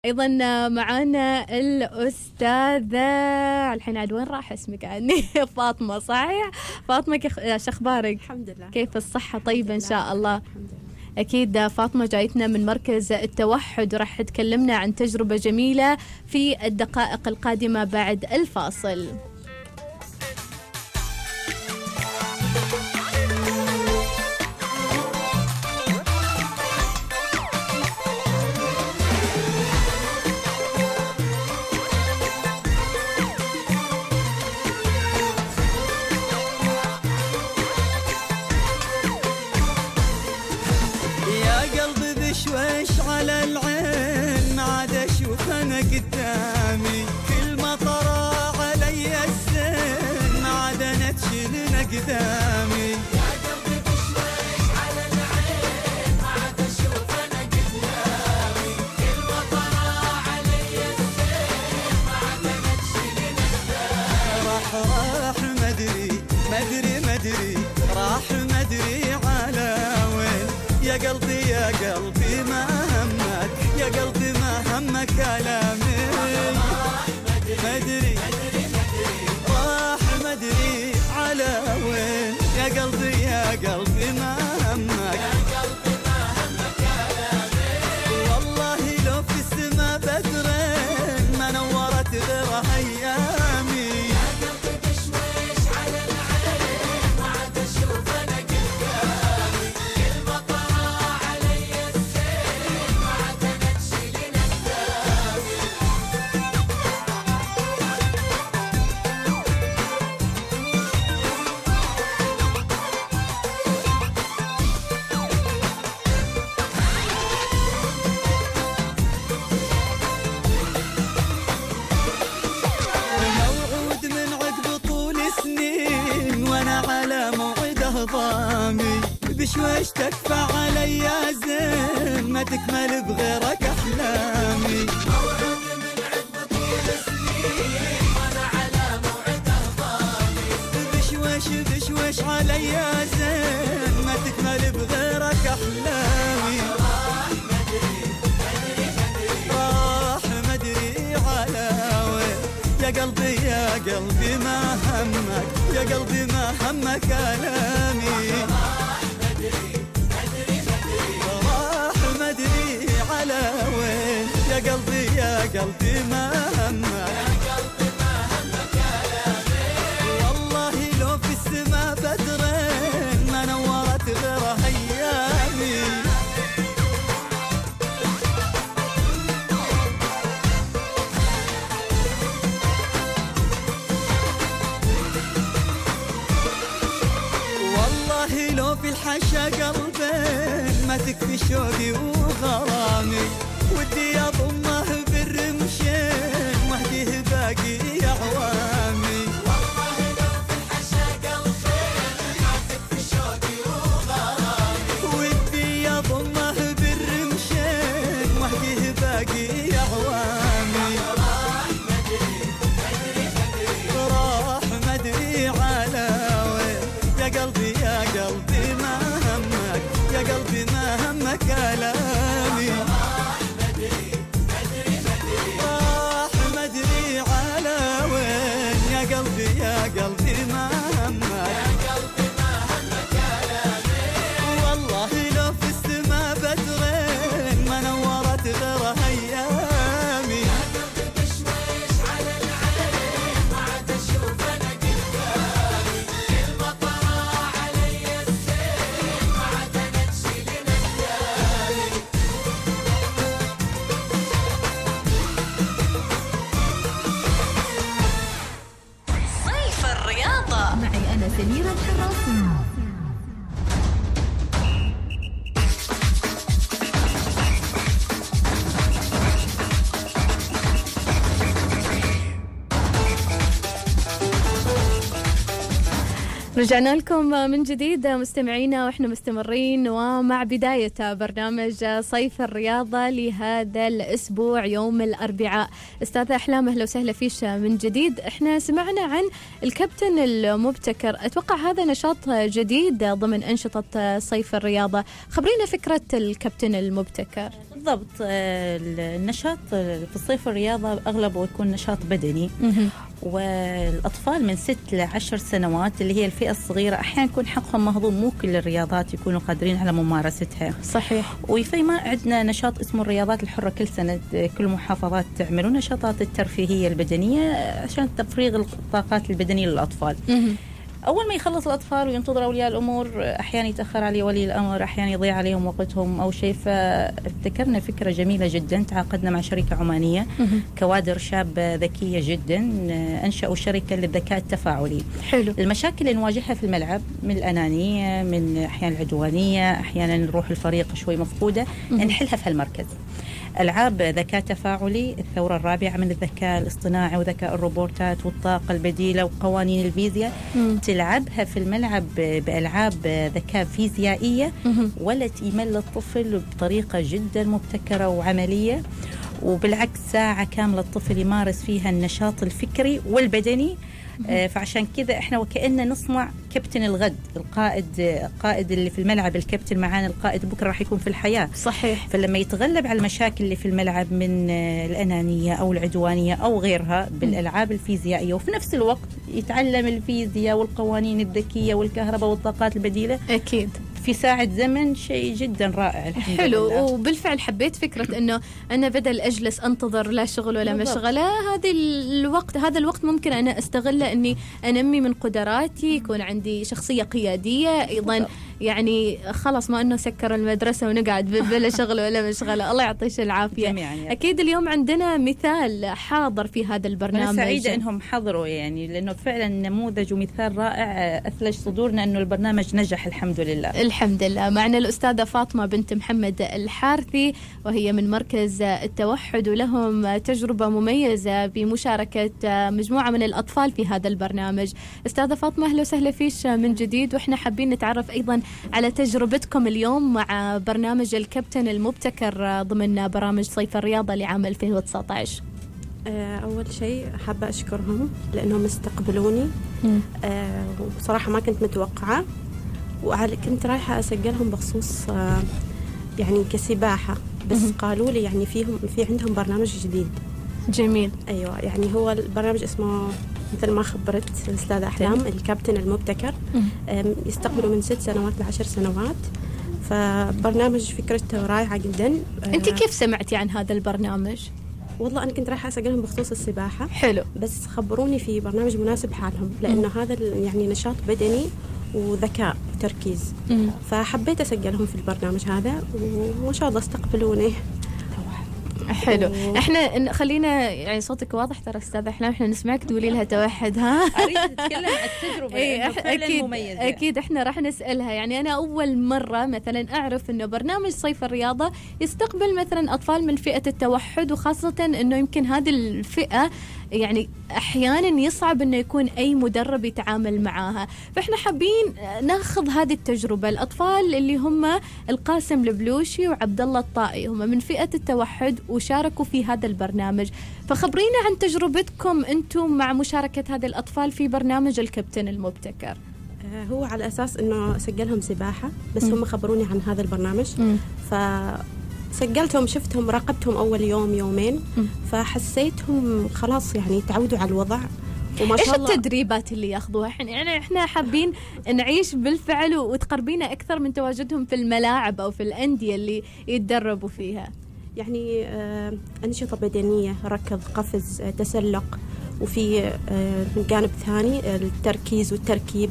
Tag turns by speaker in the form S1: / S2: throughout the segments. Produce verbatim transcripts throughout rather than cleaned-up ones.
S1: أيضا معانا الأستاذة الحين عاد وين راح اسمك عني فاطمة صحيح؟ فاطمة كيف شخبارك؟
S2: الحمد لله.
S1: كيف الصحة؟ طيبة إن شاء الله. أكيد فاطمة جايتنا من مركز التوحد وراح تكلمنا عن تجربة جميلة في الدقائق القادمة بعد الفاصل.
S3: على العين ما عاد اشوف انا قدامي، كل ما طرى علي الزين ما عاد انا تشيلنا قدامي. يا قلبي بشويش على العين ما عاد اشوف انا قدامي، كل ما طرى علي الزين ما عاد انا تشيلنا قدامي. راح راح مدري مدري مدري راح مدري على وين، يا قلبي يا قلبي ما همك، يا قلبي ما همك كلامي. مدري راح مدري على وين، يا قلبي يا قلبي ما همك، والله لو في السما بدرين ما نورت غير ايامي. يا قلبي بشويش على العين ما عاد اشوف انا قدامي، كل ما طرى علي الزين ما عاد انا تشيلنا قدامي. موعود من عقب طول سنين وانا على موعده ضامي، بشويش تكفى علي زين ما تكمل بغيرك احلامي. موعود من عقب طول سنين وانا على موعده ضامي، بشويش بشويش علي زين ما تكمل بغيرك احلامي. راح مدري على وين، يا قلبي يا قلبي ما همك، يا قلبي ما همك كلامي. راح مدري على وين، يا قلبي يا قلبي ما همك، والله لو في السما بدرين ما نورت غير ايامي. والله لو في الحشا قلبين ما تكفي شوقي وغرامي، ودي اضمه بالرمشين واهديه باقي اعوامي. والله لو في الحشا قلبين ما تكفي شوقي وغرامي، ودي اضمه بالرمشين واهديه باقي اعوامي. راح مدري على وين، يا قلبي يا قلبي ما همك، يا قلبي ما همك كلامي. راح مدري على وين، يا قلبي يا قلبي ما همك، والله لو في السما بدرين ما نورت غير ايامي.
S4: صيف الرياضة
S1: معي أنا سميرة الحراسي. رجعنا لكم من جديد مستمعينا، واحنا مستمرين ومع بداية برنامج صيف الرياضة لهذا الأسبوع يوم الأربعاء. أستاذة أحلام أهلا وسهلا فيش من جديد. احنا سمعنا عن الكابتن المبتكر، أتوقع هذا نشاط جديد ضمن أنشطة صيف الرياضة، خبرينا فكرة الكابتن المبتكر.
S2: بالضبط، النشاط في الصيف الرياضة أغلبه يكون نشاط بدني، والأطفال من ست لعشر سنوات اللي هي الفئة الصغيرة أحيانا يكون حقهم مهضوم، مو كل الرياضات يكونوا قادرين على ممارستها.
S1: صحيح.
S2: وفي ما عندنا نشاط اسمه الرياضات الحرة، كل سنة كل محافظات تعملوا نشاطات الترفيهية البدنية عشان تفريغ الطاقات البدنية للأطفال. أول ما يخلص الأطفال وينتظر أولياء الأمور أحيانا يتأخر عليه ولي الأمر، أحيانا يضيع عليهم وقتهم أو شيء، فابتكرنا فكرة جميلة جدا. تعاقدنا مع شركة عمانية كوادر شابة ذكية جدا، أنشأوا شركة للذكاء التفاعلي.
S1: حلو.
S2: المشاكل اللي نواجهها في الملعب من الأنانية، من أحيانا العدوانية، أحيانا نروح الفريق شوي مفقودة، نحلها في هالمركز. ألعاب ذكاء تفاعلي، الثورة الرابعة من الذكاء الاصطناعي وذكاء الروبوتات والطاقة البديلة وقوانين الفيزياء، مم. تلعبها في الملعب بألعاب ذكاء فيزيائية مم. ولا يمل الطفل بطريقة جدا مبتكرة وعملية، وبالعكس ساعة كاملة الطفل يمارس فيها النشاط الفكري والبدني. آه فعشان كذا احنا وكأننا نصنع كابتن الغد، القائد القائد اللي في الملعب، الكابتن معانا، القائد بكره راح يكون في الحياة.
S1: صحيح.
S2: فلما يتغلب على المشاكل اللي في الملعب من آه الأنانية أو العدوانية أو غيرها بالألعاب الفيزيائية، وفي نفس الوقت يتعلم الفيزياء والقوانين الذكية والكهرباء والطاقات البديلة،
S1: أكيد
S2: في ساعة زمن، شيء جدا رائع. الحمد
S1: حلو
S2: لله.
S1: وبالفعل حبيت فكرة أنه أنا بدل أجلس أنتظر لا شغل ولا
S2: بالضبط.
S1: مشغلة، هذه الوقت هذا الوقت ممكن أنا أستغله أني أنمي من قدراتي، يكون عندي شخصية قيادية أيضا. بالضبط. يعني خلاص ما أنه سكر المدرسة ونقعد بلا شغل ولا مشغلة. الله يعطيش العافية.
S2: يعني.
S1: أكيد اليوم عندنا مثال حاضر في هذا البرنامج.
S2: أنا سعيدة أنهم حضروا، يعني لأنه فعلا نموذج ومثال رائع أثلج صدورنا أنه البرنامج نجح الحمد لله.
S1: الحمد لله. معنا الأستاذة فاطمة بنت محمد الحارثي، وهي من مركز التوحد، ولهم تجربة مميزة بمشاركة مجموعة من الأطفال في هذا البرنامج. أستاذة فاطمة أهلا وسهلا فيش من جديد، وإحنا حابين نتعرف أيضا على تجربتكم اليوم مع برنامج الكابتن المبتكر ضمن برامج صيف الرياضة لعام ألفين وتسعة عشر.
S5: أول شيء حابة أشكرهم لأنهم استقبلوني. أه وصراحة ما كنت متوقعة، وكنت رايحة أسجلهم بخصوص أه يعني كسباحة، بس قالوا لي يعني فيهم في عندهم برنامج جديد.
S1: جميل.
S5: أيوة، يعني هو البرنامج اسمه مثل ما خبرت الأستاذة أحلام الكابتن المبتكر، يستقبلوا من ست سنوات لعشر سنوات، فبرنامج فكرته رائعة جدا.
S1: أنت كيف سمعتي عن هذا البرنامج؟
S5: والله أنا كنت رايحة أسجلهم بخصوص السباحة.
S1: حلو.
S5: بس خبروني في برنامج مناسب حالهم، لأنه م. هذا يعني نشاط بدني وذكاء وتركيز، م. فحبيت أسجلهم في البرنامج هذا، وما شاء الله استقبلوني.
S1: حلو. احنا خلينا يعني صوتك واضح ترى استاذ احلام، احنا نسمعك تقولي لها توحد. ها
S2: اريد اتكلم عن التجربه
S1: ايه
S2: فعلا
S1: أكيد
S2: مميزه.
S1: اكيد احنا راح نسالها. يعني انا اول مره مثلا اعرف انه برنامج صيف الرياضه يستقبل مثلا اطفال من فئه التوحد، وخاصه انه يمكن هذه الفئه يعني احيانا يصعب انه يكون اي مدرب يتعامل معاها، فاحنا حابين ناخذ هذه التجربه. الاطفال اللي هم القاسم البلوشي وعبد الله الطائي هم من فئه التوحد وشاركوا في هذا البرنامج، فخبرينا عن تجربتكم انتم مع مشاركه هذه الاطفال في برنامج الكابتن المبتكر.
S5: هو على اساس انه سجلهم سباحه، بس م. هم خبروني عن هذا البرنامج، م. ف سجلتهم، شفتهم، راقبتهم أول يوم يومين، م. فحسيتهم خلاص يعني تعودوا على الوضع، وما شاء الله.
S1: إيش التدريبات اللي ياخذوها؟ إحنا يعني إحنا حابين نعيش بالفعل وتقربينا أكثر من تواجدهم في الملاعب أو في الأندية اللي يتدربوا فيها.
S5: يعني آه أنشطة بدنية، ركض، قفز، آه تسلق، وفي آه من جانب ثاني التركيز والتركيب،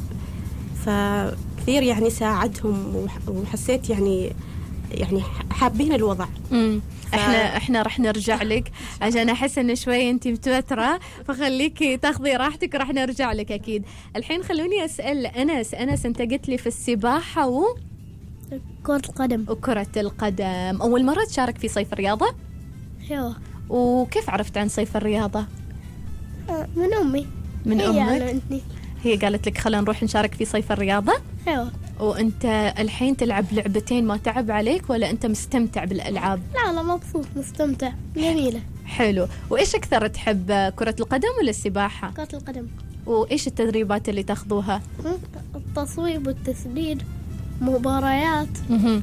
S5: فكثير يعني ساعدهم، وحسيت يعني يعني حابين الوضع.
S1: امم ف... احنا احنا راح نرجع لك عشان احس ان شوي انت متوتره، فخليكي تاخذي راحتك وراح نرجع لك اكيد. الحين خلوني اسال انس. انس انت قلت لي في السباحه و
S6: كرة القدم
S1: وكرة القدم، اول مره تشارك في صيف الرياضه؟
S6: ايوه.
S1: وكيف عرفت عن صيف الرياضه؟
S6: من امي.
S1: من امك؟ هي قالت لك خلينا نروح نشارك في صيف الرياضة.
S6: ايوه.
S1: وانت الحين تلعب لعبتين، ما تعب عليك ولا انت مستمتع بالالعاب؟
S6: لا لا مبسوط مستمتع جميلة.
S1: حلو. وايش اكثر تحب، كرة القدم ولا السباحة؟
S6: كرة القدم.
S1: وايش التدريبات اللي تاخذوها؟
S6: هم؟ التصويب والتسديد، مباريات،
S1: مهم.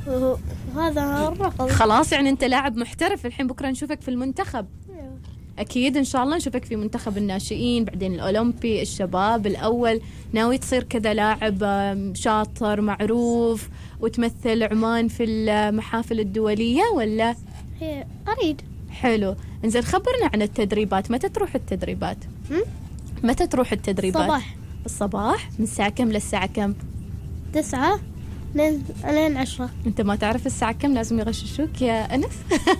S6: وهذا الرقم.
S1: خلاص يعني انت لاعب محترف الحين، بكره نشوفك في المنتخب.
S6: أيوة.
S1: اكيد ان شاء الله نشوفك في منتخب الناشئين، بعدين الاولمبي، الشباب الاول. ناوي تصير كذا لاعب آم، شاطر معروف وتمثل عمان في المحافل الدولية ولا؟
S6: هي أريد.
S1: حلو. انزين خبرنا عن التدريبات، متى تروح التدريبات؟
S6: هم؟
S1: متى تروح التدريبات؟
S6: صباح
S1: الصباح من الساعة كم للساعة كم؟
S6: تسعة لين لين عشرة.
S1: انت ما تعرف الساعة كم، لازم يغششوك يا أنس.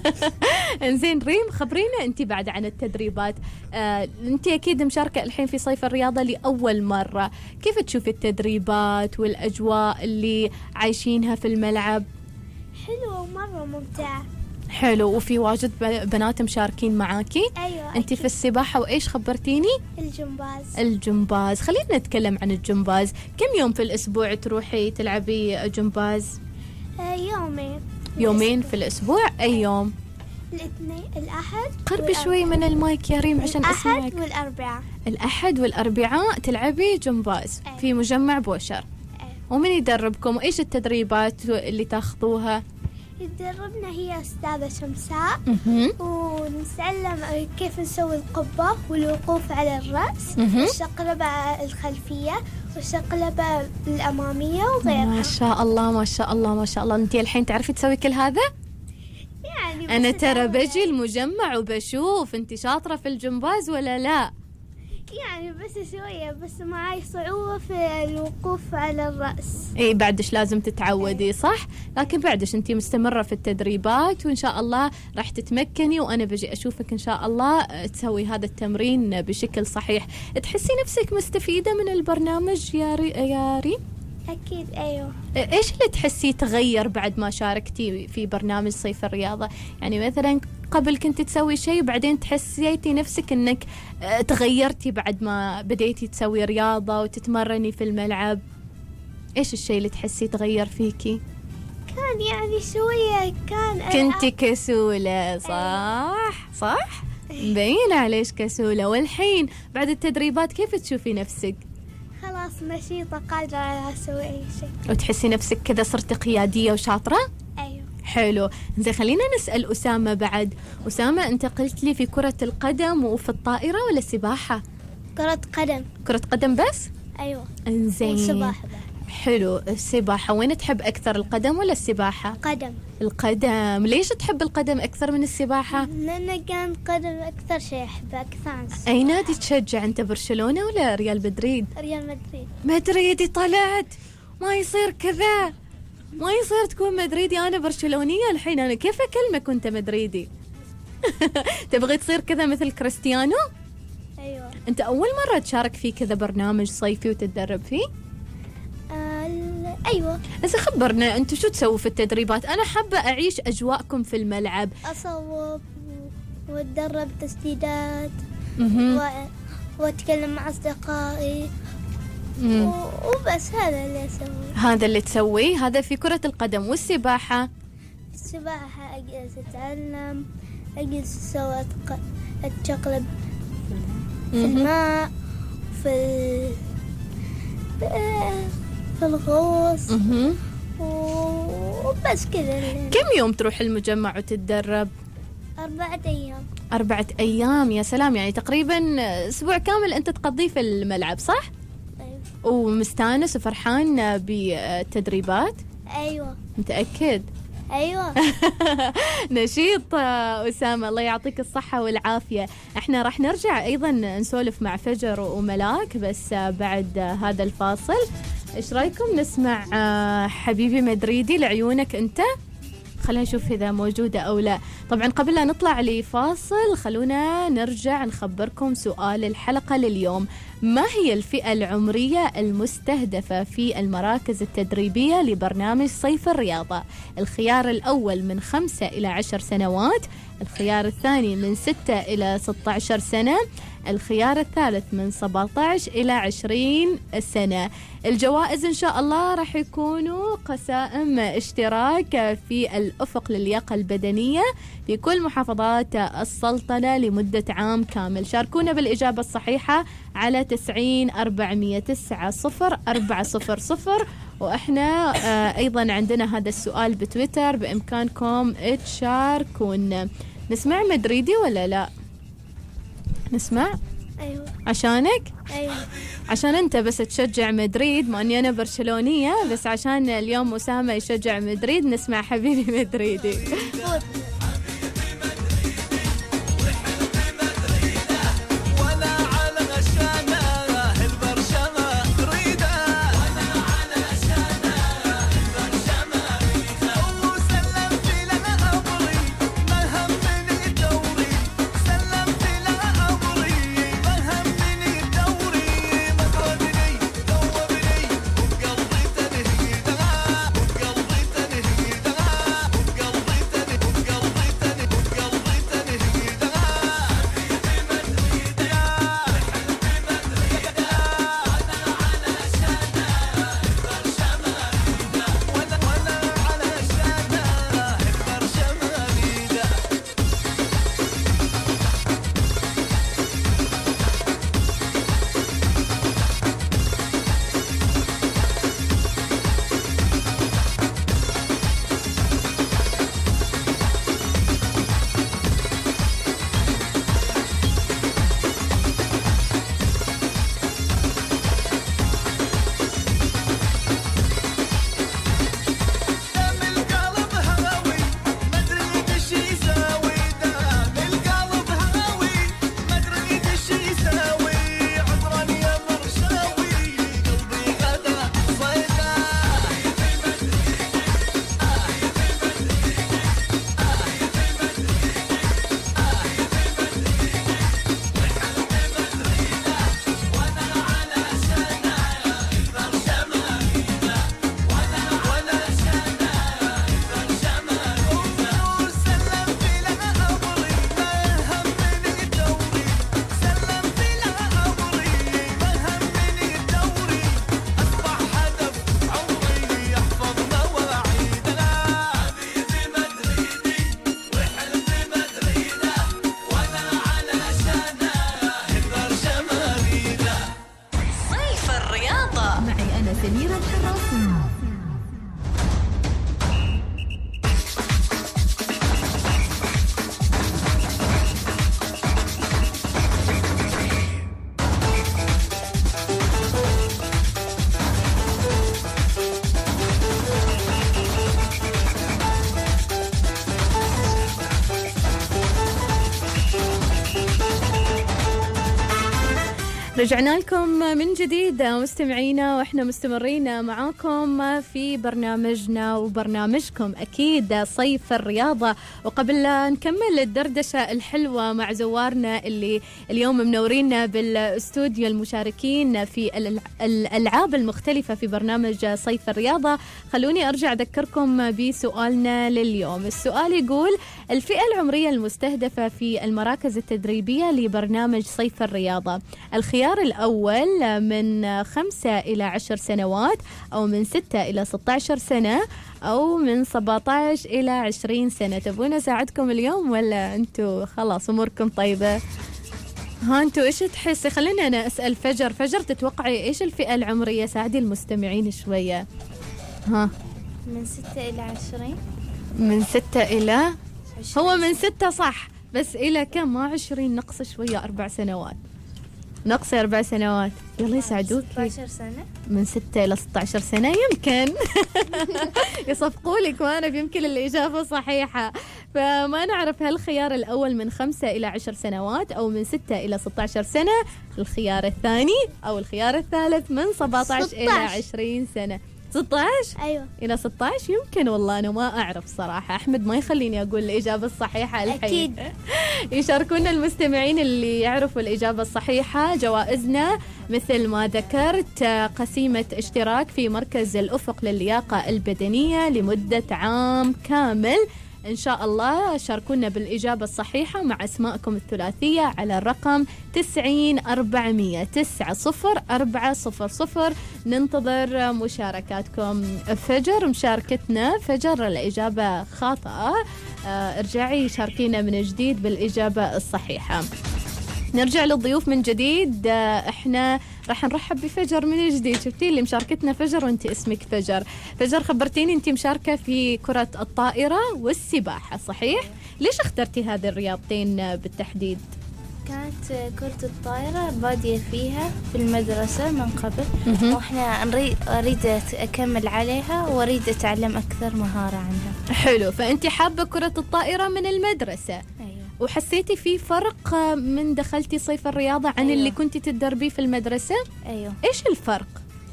S1: انزين ريم خبرينا انت بعد عن التدريبات. آه، انت اكيد مشاركة الحين في صيف الرياضة لأول مرة، كيف تشوفي التدريبات والأجواء اللي عايشينها في الملعب؟
S6: حلوة ومرة ممتعة.
S1: حلو. وفي واجد ب- بنات مشاركين معاكي.
S6: أيوة.
S1: انت في السباحة وايش خبرتيني؟
S6: الجمباز.
S1: الجمباز. خلينا نتكلم عن الجمباز. كم يوم في الأسبوع تروحي تلعبي جمباز؟
S6: آه يومين.
S1: يومين في الأسبوع. أي يوم؟
S6: الاثنين، الأحد.
S1: قربي شوي من المايك يا ريم عشان
S6: الأحد
S1: أسمعك.
S6: والأربعاء.
S1: الأحد والأربعاء تلعبي جمباز
S6: أي.
S1: في مجمع بوشر.
S6: أي.
S1: ومن يدربكم وإيش التدريبات اللي تاخذوها؟
S6: يدربنا هي أستاذة شمساء،
S1: مهم.
S6: ونتعلم كيف نسوي القبة والوقوف على الرأس،
S1: مهم.
S6: والشقلبة الخلفية والشقلبة الأمامية وغيرها.
S1: ما شاء الله ما شاء الله ما شاء الله. أنت الحين تعرفي تسوي كل هذا؟
S6: يعني
S1: أنا
S6: بس
S1: ترى
S6: الأول-
S1: بجي المجمع وبشوف أنت شاطرة في الجمباز ولا لا؟
S6: يعني بس شوية، بس معي صعوبة في الوقوف على الرأس.
S1: اي بعدش لازم تتعودي صح، لكن بعدش انتي مستمرة في التدريبات وان شاء الله راح تتمكني، وانا بجي اشوفك ان شاء الله تسوي هذا التمرين بشكل صحيح. تحسي نفسك مستفيدة من البرنامج يا ري... يا ريم؟
S6: أكيد. أيوة.
S1: ايش اللي تحسي تغير بعد ما شاركتي في برنامج صيف الرياضة؟ يعني مثلا قبل كنت تسوي شيء وبعدين تحسيتي نفسك انك آه، تغيرتي بعد ما بديتي تسوي رياضة وتتمرني في الملعب. ايش الشيء اللي تحسي تغير فيكي؟
S6: كان يعني شوية كان
S1: كنتي كسولة صح؟ صح؟ مبين عليش كسولة. والحين بعد التدريبات كيف تشوفي نفسك؟
S6: خلاص نشيطة قادرة على أسوي أي شيء.
S1: وتحسي نفسك كذا صرتي قيادية وشاطرة؟
S6: أيوة.
S1: حلو. زين خلينا نسأل أسامة بعد. أسامة أنت قلت لي في كرة القدم وفي الطائرة ولا السباحة؟
S6: كرة قدم.
S1: كرة قدم بس؟
S6: أيوة.
S1: انزين.
S6: والسباحة بعد.
S1: حلو. السباحة وين تحب أكثر، القدم ولا السباحة؟
S6: قدم.
S1: القدم. ليش تحب القدم أكثر من السباحة؟
S6: لأن كان قدم أكثر شيء أحبه كفانس.
S1: أي نادي تشجع أنت، برشلونة ولا ريال مدريد؟
S6: ريال مدريد.
S1: مدريدي طلعت، ما يصير كذا، ما يصير تكون مدريدي. أنا برشلونية الحين، أنا كيف أكلمك وأنت مدريدي؟ تبغي تصير كذا مثل كريستيانو؟
S6: أيوة.
S1: أنت أول مرة تشارك في كذا برنامج صيفي وتتدرب فيه؟
S6: آه ال- أيوة.
S1: بس خبرنا أنتوا شو تسووا في التدريبات، أنا حابة أعيش أجواءكم في الملعب.
S6: أصوب وأتدرب تسديدات
S1: مهم.
S6: و... وأتكلم مع أصدقائي
S1: مم.
S6: و... وبس هذا اللي أسويه.
S1: هذا اللي تسويه، هذا في كرة القدم. والسباحة؟
S6: السباحة أجلس أتعلم، أجلس أسوي أتق... أتشقلب في
S1: مهم.
S6: الماء، في في الغوص
S1: مهم.
S6: و- وبس كذا.
S1: كم يوم تروح المجمع وتتدرب؟
S6: أربعة أيام.
S1: أربعة أيام. يا سلام، يعني تقريبا أسبوع كامل أنت تقضيه في الملعب صح؟
S6: أيوة.
S1: ومستانس وفرحان بالتدريبات؟
S6: أيوة.
S1: متأكد؟
S6: أيوة.
S1: نشيط أسامة، الله يعطيك الصحة والعافية. احنا راح نرجع أيضا نسولف مع فجر وملاك بس بعد هذا الفاصل. ايش رايكم نسمع حبيبي مدريدي لعيونك انت؟ خلينا نشوف إذا موجودة أو لا. طبعا قبل لا نطلع لفاصل خلونا نرجع نخبركم سؤال الحلقة لليوم. ما هي الفئة العمرية المستهدفة في المراكز التدريبية لبرنامج صيف الرياضة؟ الخيار الأول من خمسة إلى عشر سنوات، الخيار الثاني من ستة إلى ستة عشر سنة، الخيار الثالث من سبعة عشر إلى عشرين سنة. الجوائز إن شاء الله راح يكونوا قسائم اشتراك في الأفق للياقة البدنية في كل محافظات السلطنة لمدة عام كامل. شاركونا بالإجابة الصحيحة على تسعين أربعمية تسعة صفر أربعة صفر صفر. وإحنا آه أيضا عندنا هذا السؤال بتويتر، بإمكانكم تشاركون. نسمع مدريدي ولا لا؟ نسمع؟
S6: أيوة.
S1: عشانك؟
S6: أيوة.
S1: عشان أنت بس تشجع مدريد، ما أني أنا برشلونية، بس عشان اليوم أسامة يشجع مدريد نسمع حبيبي مدريدي. رجعنا لكم من جديد مستمعينا، واحنا مستمرين معاكم في برنامجنا وبرنامجكم اكيد صيف الرياضه. وقبل لا نكمل الدردشه الحلوه مع زوارنا اللي اليوم منورينا بالاستوديو المشاركين في الالعاب المختلفه في برنامج صيف الرياضه، خلوني ارجع اذكركم بسؤالنا لليوم. السؤال يقول: الفئه العمريه المستهدفه في المراكز التدريبيه لبرنامج صيف الرياضه، الخيار الأول من خمسة إلى عشر سنوات، أو من ستة إلى ستة عشر سنة، أو من سبعة عشر إلى عشرين سنة. تبون أساعدكم اليوم ولا أنتوا خلاص أموركم طيبة؟ ها أنتوا إيش تحسي؟ خليني أنا أسأل فجر. فجر تتوقعي إيش الفئة العمرية؟ ساعدي المستمعين شوية. ها
S6: من ستة إلى عشرين.
S1: من ستة إلى عشرين. هو من ستة صح، بس إلى كم؟ ما عشرين، نقص شوية، أربع سنوات، نقص أربع سنوات. يلا يساعدوك.
S6: ستة عشر سنة.
S1: من ستة إلى ستة عشر سنة يمكن. يصفقوا لك وأنا يمكن الإجابة صحيحة. فما نعرف هل الخيار الأول من خمسة إلى عشر سنوات، أو من ستة إلى ستة عشر سنة، الخيار الثاني أو الخيار الثالث من سبعة عشر إلى عشرين سنة. ستة عشر
S6: أيوة.
S1: إلى ستة عشر يمكن. والله أنا ما أعرف صراحة. أحمد ما يخليني أقول الإجابة الصحيحة الحين.
S6: أكيد.
S1: يشاركونا المستمعين اللي يعرفوا الإجابة الصحيحة. جوائزنا مثل ما ذكرت: قسيمة اشتراك في مركز الأفق للياقة البدنية لمدة عام كامل إن شاء الله شاركونا بالإجابة الصحيحة مع أسماءكم الثلاثية على الرقم تسعين أربعمية تسعة صفر أربعة صفر صفر. ننتظر مشاركاتكم. فجر مشاركتنا فجر الإجابة خاطئة، آه ارجعي شاركينا من جديد بالإجابة الصحيحة. نرجع للضيوف من جديد. آه احنا راح نرحب بفجر من جديد. شفتي اللي مشاركتنا فجر وانت اسمك فجر. فجر خبرتيني انت مشاركة في كرة الطائرة والسباحة صحيح؟ ليش اخترتي هذه الرياضتين بالتحديد؟
S7: كانت كرة الطائرة بادية فيها في المدرسة من قبل، واحنا نريد اريد اكمل عليها واريد اتعلم اكثر مهارة عنها.
S1: حلو، فانت حابة كرة الطائرة من المدرسة.
S7: ايوه.
S1: وحسيتي في فرق من دخلتي صيف الرياضة عن
S7: أيوة.
S1: اللي كنتي تتدربي في المدرسة؟
S7: ايوه.
S1: ايش الفرق؟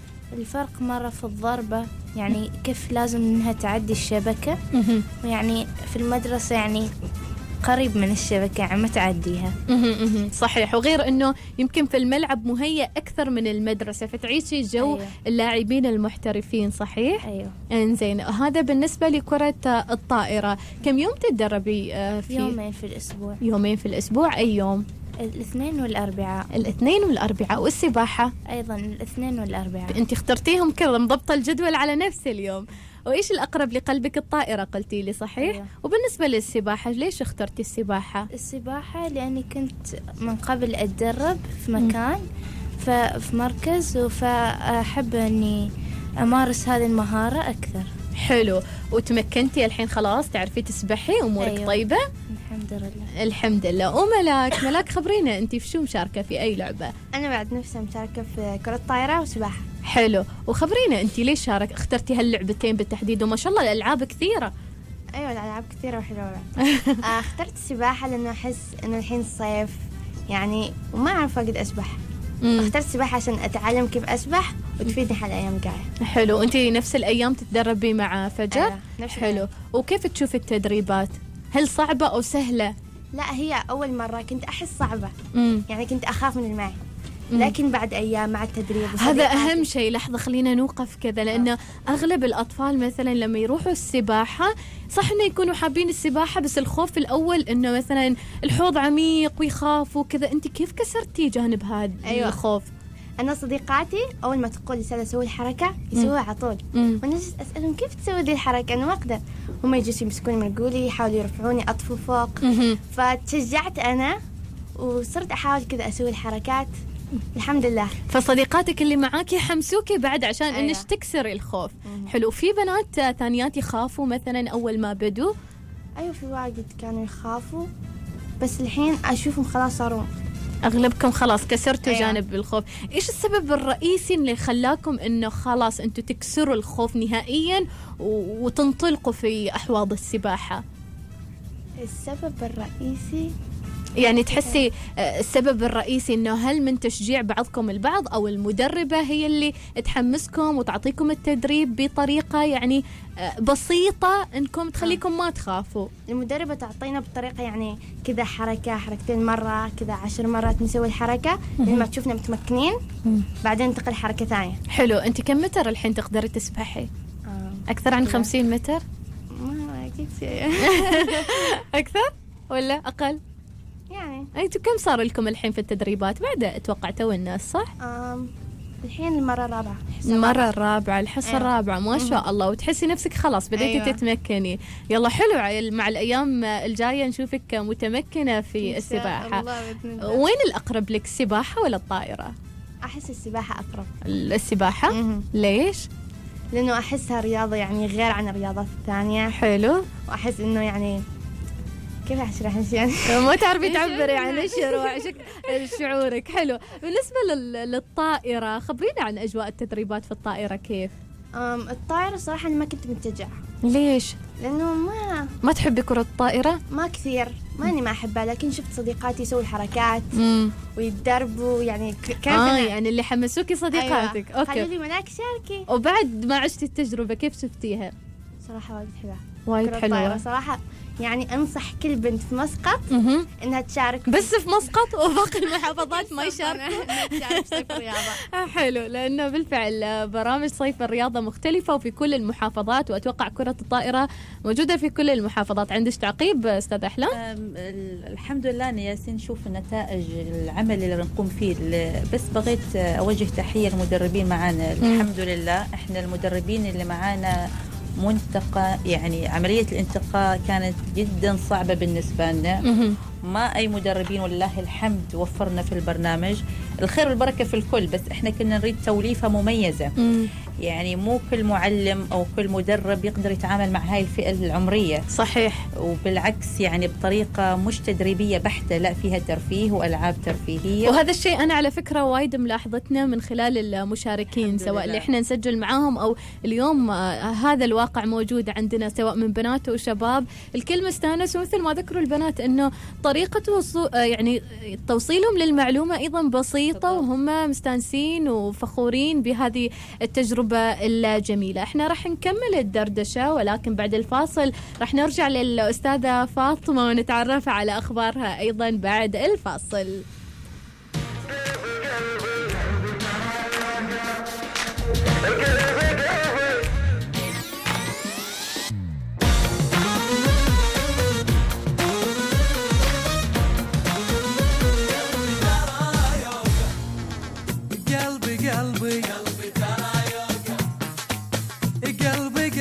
S7: الفرق مرة في الضربة، يعني كيف لازم انها تعدي الشبكة، يعني في المدرسة يعني قريب من الشبكة يعني ما تعديها.
S1: صحيح، وغير أنه يمكن في الملعب مهيأ أكثر من المدرسة فتعيشي جو
S7: أيوة.
S1: اللاعبين المحترفين صحيح؟
S7: أيوة.
S1: إنزين، هذا بالنسبة لكرة الطائرة. كم يوم تدربي في؟
S7: يومين في الأسبوع.
S1: يومين في الأسبوع، أي يوم؟
S7: الاثنين والأربعاء.
S1: الاثنين والأربعاء. والسباحة؟
S7: أيضا الاثنين والأربعاء.
S1: أنت اخترتيهم كذا مضبطة الجدول على نفس اليوم. وإيش الأقرب لقلبك؟ الطائرة قلتي لي صحيح؟
S7: أيوة.
S1: وبالنسبة للسباحة ليش اخترتي السباحة؟
S7: السباحة لأني كنت من قبل أتدرب في مكان في مركز، فأحب أني أمارس هذه المهارة أكثر.
S1: حلو، وتمكنتي الحين خلاص تعرفي تسبحي؟ أمورك
S7: أيوة.
S1: طيبة؟
S7: الحمد لله.
S1: الحمد لله. وملاك، ملاك خبرينا أنت في شو مشاركة في أي لعبة؟
S8: أنا بعد نفسي مشاركة في كرة طائرة وسباحة.
S1: حلو، وخبرينا أنت ليش شارك اخترتي هاللعبتين بالتحديد؟ وما شاء الله الألعاب كثيرة.
S8: أيوة الألعاب كثيرة وحلوة. اخترت السباحة لأنه أحس إنه الحين الصيف يعني وما أعرف أقدر أسبح. اخترت السباحة عشان أتعلم كيف أسبح وتفيدني حال الأيام الجاية.
S1: حلو، أنت نفس الأيام تتدربي مع فجر؟
S8: أيوة. نفس
S1: حلو
S8: الأيام.
S1: وكيف تشوفي التدريبات؟ هل صعبة أو سهلة؟
S8: لا هي أول مرة كنت أحس صعبة.
S1: مم.
S8: يعني كنت أخاف من الماء، لكن بعد أيام مع التدريب
S1: هذا أهم شيء. لحظة خلينا نوقف كذا، لأن أغلب الأطفال مثلا لما يروحوا السباحة صح إنه يكونوا حابين السباحة، بس الخوف الأول إنه مثلا الحوض عميق ويخافوا كذا. أنت كيف كسرتي جانب هذا
S8: أيوة.
S1: الخوف؟
S8: أنا صديقاتي أول ما تقول لسه أسوي الحركة يسووها على طول، وأنا أسألهم كيف تسوي ذي الحركة، أنا ما أقدر. هم يجلسوا يمسكوني من رجولي يحاولوا يرفعوني أطفو فوق. فتشجعت أنا وصرت أحاول كذا أسوي الحركات الحمد لله.
S1: فصديقاتك اللي معاك يحمسوكي بعد عشان
S8: أيوة.
S1: إنش تكسري الخوف. حلو. في بنات ثانيات يخافوا مثلا أول ما بدوا؟
S8: أيوة في واجد كانوا يخافوا، بس الحين أشوفهم خلاص صاروا.
S1: أغلبكم خلاص كسرتوا
S8: أيوة.
S1: جانب الخوف. إيش السبب الرئيسي اللي خلاكم إنه خلاص أنتوا تكسروا الخوف نهائيا وتنطلقوا في أحواض السباحة؟
S8: السبب الرئيسي
S1: يعني تحسي السبب الرئيسي إنه هل من تشجيع بعضكم البعض، أو المدربة هي اللي تحمسكم وتعطيكم التدريب بطريقة يعني بسيطة إنكم تخليكم ما تخافوا؟
S8: المدربة تعطينا بطريقة يعني كذا حركة حركتين مرة كذا عشر مرات نسوي الحركة لما تشوفنا متمكنين، بعدين ننتقل حركة ثانية.
S1: حلو. أنت كم متر الحين تقدري تسبحي؟
S8: آه.
S1: أكثر عن خمسين متر؟
S8: ما أكيد شيء.
S1: أكثر ولا أقل؟
S8: يعني
S1: أنتوا كم صار لكم الحين في التدريبات؟ بعد أتوقع تو الناس صح؟
S8: آم الحين المرة الرابعة.
S1: المرة الرابعة، الحصة
S8: أيوة.
S1: الرابعة، ما شاء الله. وتحسي نفسك خلاص بديتي
S8: أيوة.
S1: تتمكني. يلا حلو، مع الأيام الجاية نشوفك متمكنة في السباحة. وين الأقرب لك، السباحة ولا الطائرة؟
S8: أحس السباحة أقرب.
S1: السباحة؟
S8: مم.
S1: ليش؟
S8: لأنه أحسها رياضة يعني غير عن الرياضات الثانية.
S1: حلو.
S8: وأحس إنه يعني كيف أشرح يعني
S1: ما تعرفي تعبري عن الشروع شعورك. حلو. بالنسبة لل- للطائرة خبرينا عن أجواء التدريبات في الطائرة كيف؟
S8: أم الطائرة صراحة أنا ما كنت متجهة.
S1: ليش؟
S8: لأنه ما
S1: ما تحبي كرة الطائرة؟
S8: ما كثير، ما إني ما أحبها، لكن شفت صديقاتي يسوي الحركات
S1: امم
S8: ويتدربوا يعني كيف
S1: آه
S8: أنا.
S1: يعني اللي حمسوكي صديقاتك.
S8: أيوة.
S1: أوكي.
S8: قالوا لي ملاك شاركي.
S1: وبعد ما عشتي التجربة كيف شفتيها؟
S8: صراحة وايد حلوة.
S1: وايد
S8: كرة
S1: حلوة.
S8: الطائرة صراحة يعني أنصح كل بنت في مسقط
S1: مهم.
S8: إنها تشارك
S1: بس في مسقط وباقي المحافظات ما يشاركوا.
S8: تشارك صيف الرياضة.
S1: حلو، لأنه بالفعل برامج صيف الرياضة مختلفة وفي كل المحافظات، وأتوقع كرة الطائرة موجودة في كل المحافظات. عندك تعقيب أستاذ أحلام؟
S2: أم، الحمد لله أنا ياسين نشوف نتائج العمل اللي بنقوم فيه. ال- بس بغيت أوجه تحية للمدربين معنا. الحمد لله إحنا المدربين اللي معانا منتقى، يعني عملية الانتقاء كانت جدا صعبة بالنسبة لنا.
S1: مهم.
S2: ما أي مدربين والله الحمد وفرنا في البرنامج. الخير والبركة في الكل، بس إحنا كنا نريد توليفة مميزة.
S1: مم.
S2: يعني مو كل معلم أو كل مدرب يقدر يتعامل مع هاي الفئة العمرية،
S1: صحيح.
S2: وبالعكس يعني بطريقة مش تدريبية بحتة، لا فيها ترفيه وألعاب ترفيهية.
S1: وهذا الشيء أنا على فكرة وايد ملاحظتنا من خلال المشاركين، سواء اللي احنا نسجل معاهم أو اليوم آه هذا الواقع موجود عندنا سواء من بنات وشباب. الكل مستانس، ومثل ما ذكروا البنات إنه طريقة وصو آه يعني توصيلهم للمعلومة أيضا بسيطة، وهم مستانسين وفخورين بهذه التجربة الجميلة. احنا راح نكمل الدردشة، ولكن بعد الفاصل راح نرجع للأستاذة فاطمة ونتعرف على أخبارها أيضا بعد الفاصل.
S3: قلبي قلبي قلبي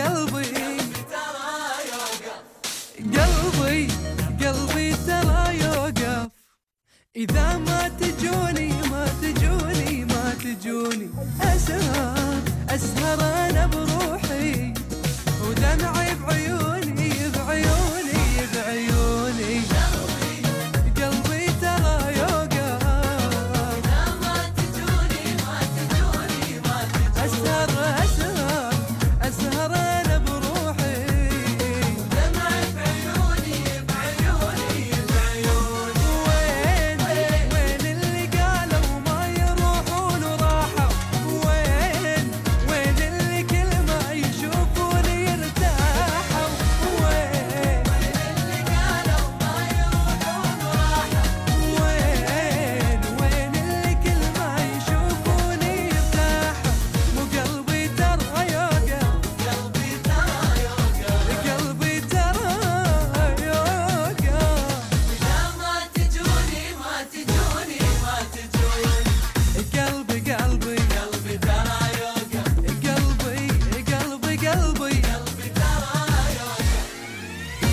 S3: قلبي قلبي ترى يوقف إذا ما تجوني ما تجوني ما تجوني. أسهر أسهر أنا بروحي ودمعي بعيوني بعيوني بعيوني. قلبي ترى يوقف إذا ما تجوني ما تجوني ما تجوني. أسهر أسهر أسهر أنا بروحي ودمعي بعيوني بعيوني بعيوني. وين وين اللي قالوا ما يروحون وراحوا؟ وين وين اللي كل ما يشوفوني يرتاحوا؟ وين اللي قالوا ما يروحون وراحوا؟ وين وين اللي كل ما يشوفوني يرتاحوا؟ مو قلبي ترى يوقف قلبي ترى يوقف قلبي ترى يوقف إذا ما تجوني ما تجوني ما تجوني. قلبي قلبي قلبي ترى يوقف قلبي قلبي قلبي قلبي ترى يوقف.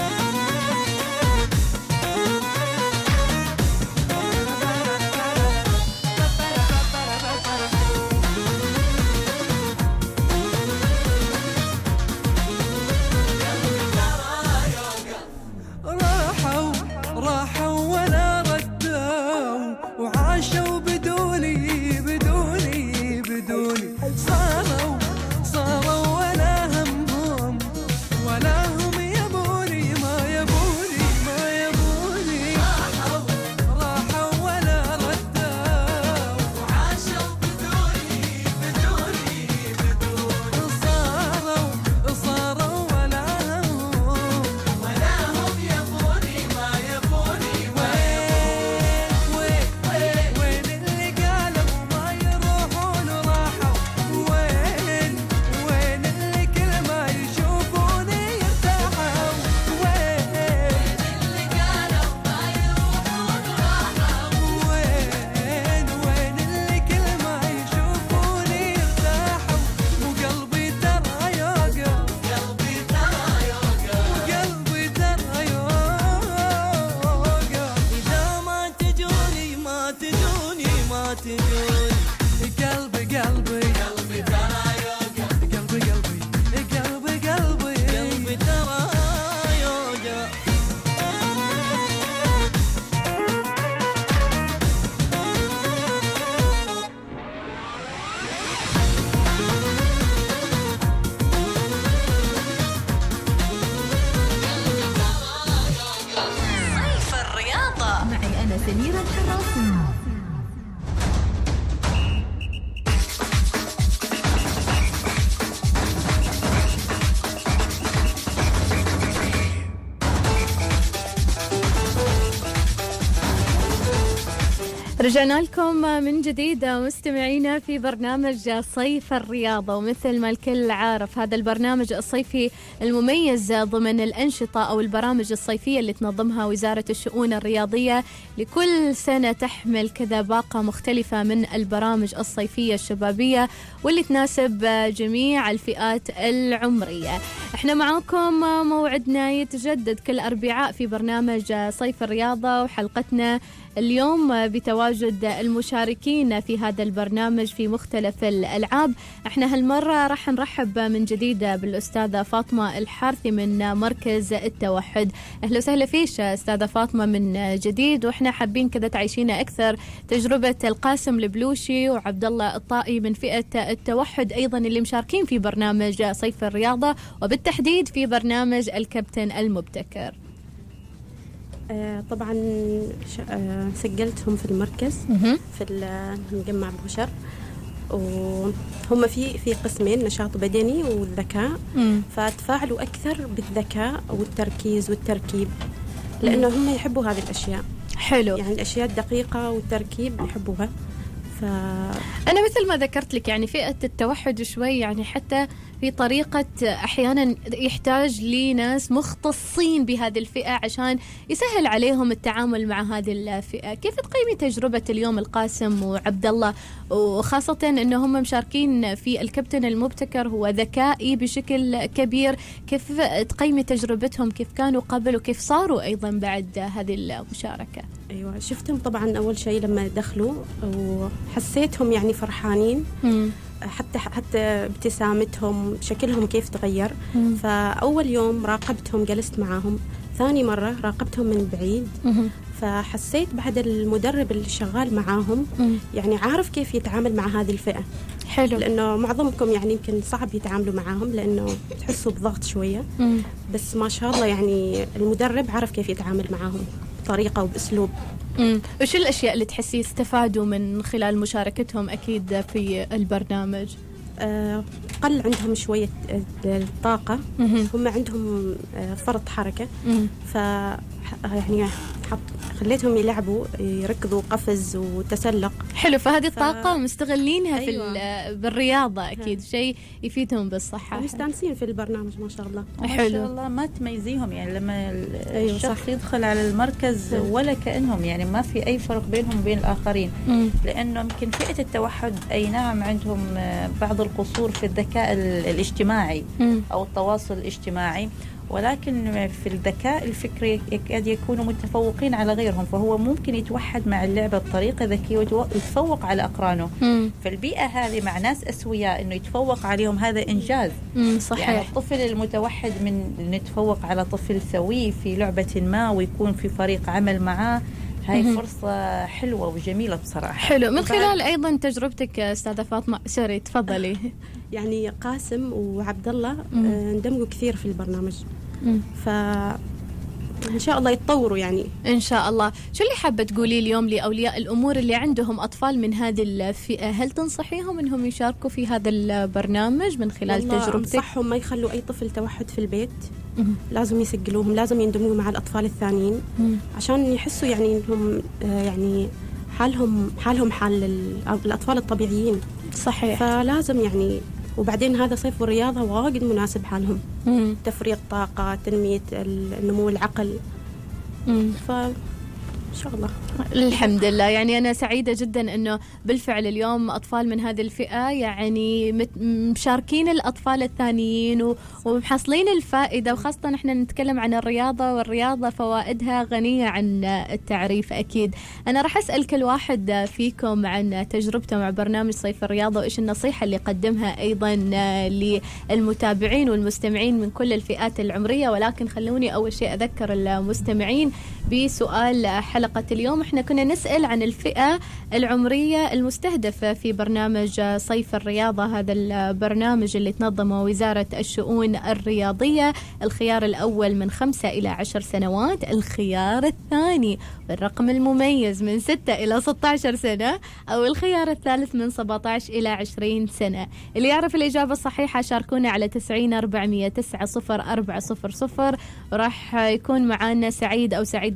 S3: راحوا راحوا ولا ردوا وعاشوا بدوني بدوني بدوني. صاروا صاروا ولا همهم ولا هم يبوني ما يبوني ما يبوني. راحوا راحوا ولا ردوا وعاشوا بدوني بدوني بدوني. صاروا صاروا ولا همهم ولا هم يبوني ما يبوني ما يبوني. وين وين اللي قالوا ما يروحون وراحوا؟ وين وين اللي كل ما يشوفوني يرتاحوا؟ وين اللي قالوا ما يروحون وراحوا؟ وين وين اللي كل ما يشوفوني يرتاحوا؟ مو قلبي ترى يوقف قلبي ترى يوقف قلبي ترى يوقف إذا ما تجوني ما تجوني ما تجوني. قلبي قلبي قلبي ترى يوقف قلبي قلبي قلبي قلبي قلبي ترى يوقف.
S4: صيف الرياضة.
S1: معي أنا سميرة الحراسي. رجعنا لكم من جديد مستمعينا في برنامج صيف الرياضة، ومثل ما الكل عارف هذا البرنامج الصيفي المميز ضمن الأنشطة أو البرامج الصيفية اللي تنظمها وزارة الشؤون الرياضية لكل سنة، تحمل كذا باقة مختلفة من البرامج الصيفية الشبابية واللي تناسب جميع الفئات العمرية. احنا معاكم موعدنا يتجدد كل أربعاء في برنامج صيف الرياضة، وحلقتنا اليوم بتواجد المشاركين في هذا البرنامج في مختلف الألعاب. احنا هالمرة راح نرحب من جديد بالأستاذة فاطمة الحارثي من مركز التوحد. أهلا وسهلا فيش أستاذة فاطمة من جديد، واحنا حابين كذا تعيشينا أكثر تجربة القاسم البلوشي وعبد الله الطائي من فئة التوحد أيضا اللي مشاركين في برنامج صيف الرياضة، وبالتحديد في برنامج الكابتن المبتكر.
S5: آه طبعا آه سجلتهم في المركز في مجمع بوشر، وهم في في قسمين، نشاط بدني والذكاء، فتفاعلوا أكثر بالذكاء والتركيز والتركيب، لأنه هم يحبوا هذه الأشياء.
S1: حلو،
S5: يعني الأشياء الدقيقة والتركيب يحبوها. ف...
S1: أنا مثل ما ذكرت لك يعني فئة التوحد شوي يعني حتى في طريقة أحيانا يحتاج لناس مختصين بهذه الفئة عشان يسهل عليهم التعامل مع هذه الفئة. كيف تقيمي تجربة اليوم القاسم وعبد الله، وخاصة أنه هم مشاركين في الكابتن المبتكر هو ذكائي بشكل كبير؟ كيف تقيمي تجربتهم؟ كيف كانوا قبل وكيف صاروا أيضا بعد هذه المشاركة؟
S5: أيوة، شفتهم طبعا أول شيء لما دخلوا وحسيتهم يعني فرحانين، م. حتى حتى ابتسامتهم شكلهم كيف تغير. مم. فأول يوم راقبتهم جلست معاهم، ثاني مرة راقبتهم من بعيد. مم. فحسيت بعد المدرب اللي شغال معاهم مم. يعني عارف كيف يتعامل مع هذه الفئة.
S1: حلو،
S5: لأنه معظمكم يعني يمكن صعب يتعاملوا معاهم لأنه تحسوا بضغط شوية. مم. بس ما شاء الله يعني المدرب عارف كيف يتعامل معاهم بطريقة وبأسلوب.
S1: امم وش الاشياء اللي تحسي استفادوا من خلال مشاركتهم اكيد في البرنامج؟
S5: آه قل عندهم شويه الطاقه، هم عندهم آه فرط حركه، ف يعني حط خليتهم يلعبوا يركضوا قفز وتسلق.
S1: حلو، فهذه الطاقة ف... مستغلينها. أيوة. في بالرياضة أكيد شيء يفيدهم بالصحة.
S5: مستانسين في البرنامج ما شاء الله.
S2: حلو، ما شاء الله ما تميزيهم يعني لما أيوة الشخص صح. يدخل على المركز ولا كأنهم يعني ما في أي فرق بينهم وبين الآخرين. مم. لأنه يمكن فئة التوحد أي نعم عندهم بعض القصور في الذكاء الاجتماعي مم. أو التواصل الاجتماعي، ولكن في الذكاء الفكري يكاد يكونوا متفوقين على غيرهم، فهو ممكن يتوحد مع اللعبة بطريقة ذكية ويتفوق على أقرانه. مم. فالبيئة هذه مع ناس أسوياء إنه يتفوق عليهم هذا إنجاز.
S1: مم. صحيح.
S2: يعني الطفل المتوحد من نتفوق على طفل سوي في لعبة ما ويكون في فريق عمل معاه، هاي مم. فرصة حلوة وجميلة بصراحة.
S1: حلو، من خلال أيضا تجربتك أستاذة فاطمة، سوري تفضلي.
S5: يعني قاسم وعبد الله اندمجوا كثير في البرنامج، ف إن شاء الله يتطوروا يعني
S1: إن شاء الله. شو اللي حابة تقولي اليوم لأولياء الأمور اللي عندهم أطفال من هذه الفئة؟ هل تنصحيهم أنهم يشاركوا في هذا البرنامج من خلال تجربتك؟
S5: أنصحهم ما يخلوا أي طفل توحد في البيت. مم. لازم يسجلوهم، لازم يندمجوا مع الأطفال الثانيين. مم. عشان يحسوا يعني أنهم يعني حالهم حالهم حال الأطفال الطبيعيين.
S1: صحيح،
S5: فلازم يعني. وبعدين هذا صيف الرياضة واجد مناسب حالهم. مم. تفريغ طاقة، تنمية النمو العقل. ف إن شاء الله
S1: الحمد لله. يعني أنا سعيدة جدا أنه بالفعل اليوم أطفال من هذه الفئة يعني مشاركين الأطفال الثانيين ومحصلين الفائدة، وخاصة نحن نتكلم عن الرياضة، والرياضة فوائدها غنية عن التعريف أكيد. أنا راح أسأل كل واحد فيكم عن تجربته مع برنامج صيف الرياضة، وإيش النصيحة اللي قدمها أيضا للمتابعين والمستمعين من كل الفئات العمرية. ولكن خلوني أول شيء أذكر المستمعين بسؤال حلقة اليوم. احنا كنا نسأل عن الفئة العمرية المستهدفة في برنامج صيف الرياضة، هذا البرنامج اللي تنظمه وزارة الشؤون الرياضية. الخيار الأول من خمسة إلى عشر سنوات، الخيار الثاني بالرقم المميز من ستة إلى ستة عشر سنة، أو الخيار الثالث من سبعة عشر إلى عشرين سنة. اللي يعرف الإجابة الصحيحة شاركونا على تسعين أربعمية تسعة صفر أربعة صفر صفر، وراح يكون معانا سعيد أو سعيدة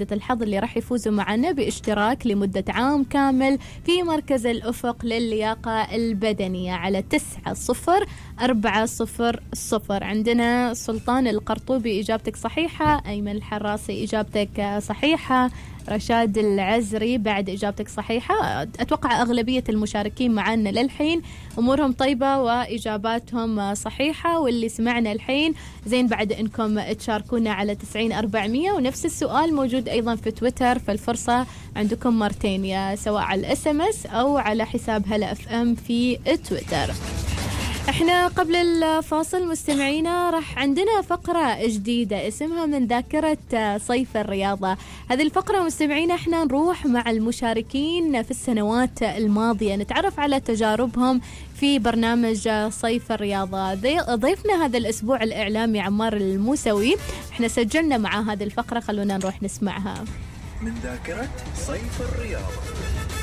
S1: سعيدة الحظ اللي راح يفوزوا معنا باشتراك لمدة عام كامل في مركز الأفق للياقة البدنية على تسعة صفر أربعة صفر صفر. عندنا سلطان القرطوبي إجابتك صحيحة، أيمن الحراسي إجابتك صحيحة، رشاد العزري بعد إجابتك صحيحة. أتوقع أغلبية المشاركين معنا للحين أمورهم طيبة وإجاباتهم صحيحة، واللي سمعنا الحين زين بعد إنكم تشاركونا على تسعين أربعمية، ونفس السؤال موجود أيضا في تويتر، فالفرصة عندكم مرتين، يا سواء على الاس ام اس أو على حساب هلا اف ام في تويتر. احنا قبل الفاصل مستمعينا راح عندنا فقرة جديدة اسمها من ذاكرة صيف الرياضة. هذه الفقرة مستمعينا احنا نروح مع المشاركين في السنوات الماضية، نتعرف على تجاربهم في برنامج صيف الرياضة. ضيفنا هذا الأسبوع الإعلامي عمار الموسوي، احنا سجلنا مع هذه الفقرة، خلونا نروح نسمعها.
S9: من ذاكرة صيف الرياضة.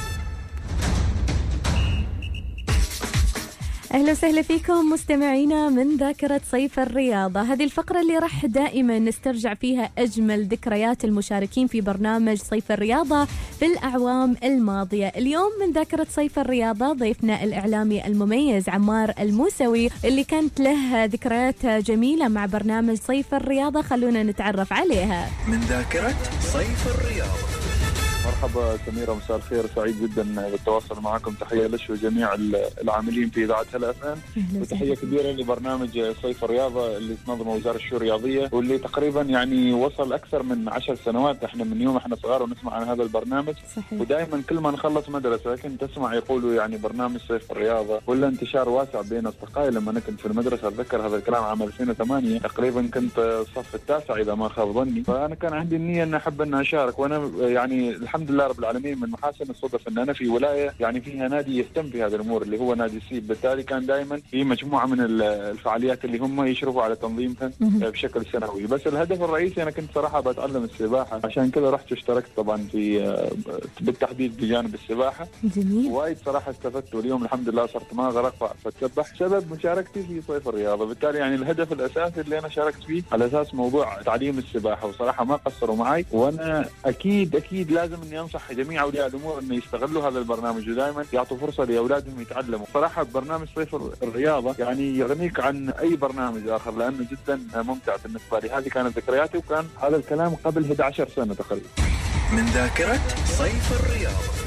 S1: أهلا وسهلا فيكم مستمعينا من ذاكرة صيف الرياضة. هذه الفقرة اللي راح دائما نسترجع فيها أجمل ذكريات المشاركين في برنامج صيف الرياضة في الأعوام الماضية. اليوم من ذاكرة صيف الرياضة ضيفنا الإعلامي المميز عمار الموسوي اللي كانت له ذكريات جميلة مع برنامج صيف الرياضة، خلونا نتعرف عليها.
S9: من ذاكرة صيف الرياضة.
S10: مرحبا سميرة، مساء الخير، سعيد جدا بالتواصل معكم. تحية لش وجميع العاملين في إذاعة هلا اف ام، وتحية كبيرة لبرنامج صيف الرياضة اللي تنظمه وزارة الشؤون الرياضية، واللي تقريبا يعني وصل أكثر من عشر سنوات. احنا من يوم احنا صغار ونسمع عن هذا البرنامج. صحيح. ودائما كل ما نخلص مدرسة كنت تسمع يقولوا يعني برنامج صيف الرياضة، ولا انتشار واسع بين أصدقائي. لما أنا كنت في المدرسة أتذكر هذا الكلام عام ألفين وثمانية تقريبا، كنت الصف التاسع إذا ما خاب ظني، فأنا كان عندي النية أن أحب أن أشارك. وأنا يعني الحمد لله رب العالمين من محاسن الصدف ان انا في ولايه يعني فيها نادي يهتم بهذه الامور اللي هو نادي السيب، بالتالي كان دائما في مجموعه من الفعاليات اللي هم يشرفوا على تنظيمها بشكل سنوي. بس الهدف الرئيسي انا كنت صراحه بتعلم السباحه، عشان كذا رحت اشتركت طبعا في بالتحديد بجانب السباحه. جميل. وايد صراحه استفدت، واليوم الحمد لله صرت ما غرق فاتسبح سبب مشاركتي في صيف الرياضه. بالتالي يعني الهدف الاساسي اللي انا شاركت فيه على اساس موضوع تعليم السباحه، وصراحه ما قصروا معي. وانا اكيد اكيد لازم اني انصح جميع اولياء الامور انه يستغلوا هذا البرنامج ودائما يعطوا فرصه لاولادهم يتعلموا. صراحه برنامج صيف الرياضه يعني يغنيك عن اي برنامج اخر لانه جدا ممتع بالنسبه لي. هذه كانت ذكرياتي، وكان هذا الكلام قبل إحدى عشرة سنه تقريبا.
S9: من ذاكره صيف الرياضه.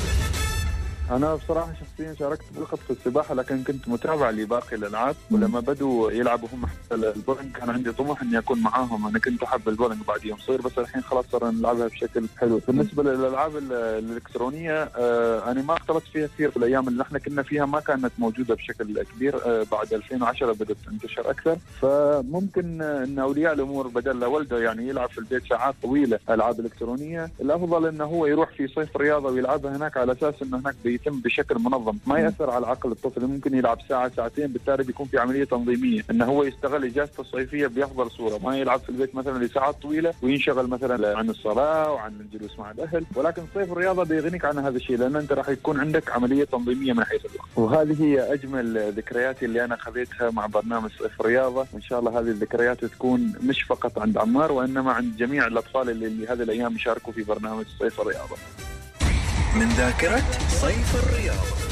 S10: أنا بصراحة شخصيا شاركت فقط في السباحة، لكن كنت متابع لباقي الألعاب. ولما بدوا يلعبوا هم حتى البولينج كان عندي طموح إني أكون معاهم. أنا كنت أحب البولينج بعد يوم صغير، بس الحين خلاص صرنا نلعبها بشكل حلو. بالنسبة للألعاب الإلكترونية آه أنا ما اختلطت فيها كثير في الأيام اللي احنا كنا فيها، ما كانت موجودة بشكل كبير. آه بعد ألفين وعشرة بدأت تنتشر أكثر، فممكن إن أولياء الأمور بدل والده يعني يلعب في البيت ساعات طويلة ألعاب إلكترونية، الأفضل إنه هو يروح في صيف الرياضة ويلعبها هناك، على أساس إنه هناك بيتم بشكل منظم، ما يأثر على عقل الطفل. ممكن يلعب ساعة ساعتين، بالتالي بيكون في عملية تنظيمية انه هو يستغل اجازته الصيفية بأفضل صورة، ما يلعب في البيت مثلا لساعات طويلة وينشغل مثلا عن الصلاة وعن الجلوس مع الأهل. ولكن صيف الرياضة بيغنيك عن هذا الشيء، لأن أنت راح يكون عندك عملية تنظيمية من حيث الوقت. وهذه هي أجمل ذكرياتي اللي أنا خذيتها مع برنامج صيف الرياضة، وإن شاء الله هذه الذكريات تكون مش فقط عند عمار وإنما عند جميع الأطفال اللي, اللي هذه الأيام يشاركوا في برنامج صيف الرياضة.
S9: من ذاكرة صيف الرياضة.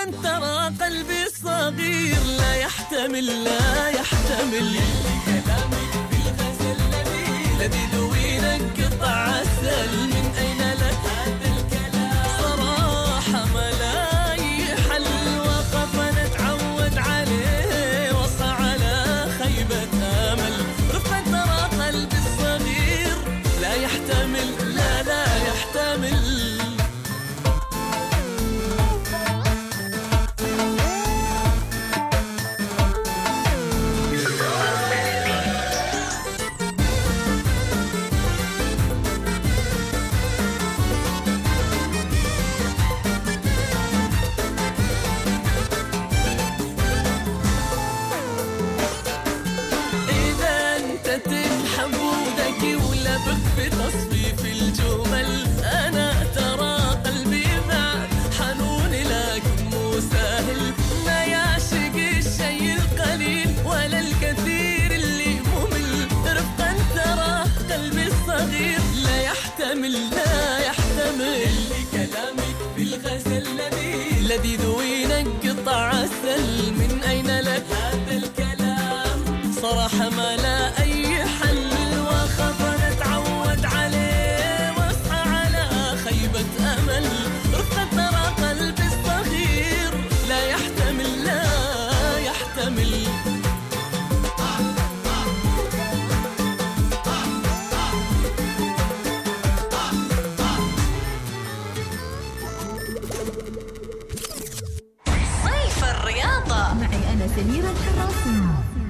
S11: رفقا ترى قلبي الصغير لا يحتمل لا يحتمل كلامك في الغزل الذي دوينك قطع عسل من أين لك هذا الكلام صراحة ما لا يحل وقف نتعود عليه وصى على خيبة أمل رفقا ترى قلبي الصغير لا يحتمل لا لا يحتمل في تصفيف الجمل أنا ترى قلبي مع حنون لكن مو سهل ما يعشق الشيء القليل ولا الكثير اللي ممل رفقا ترى قلبي الصغير لا يحتمل لا يحتمل كلامك في الغزل الذي الذي ذوينك قطع عسل من أين لك هذا الكلام صراحة ما لا أي حل وخاف نتعود عليه واصحى على خيبة أمل رفقا ترى قلبي الصغير لا يحتمل لا يحتمل
S4: صيف الرياضة
S1: معي أنا سميرة الحراسي.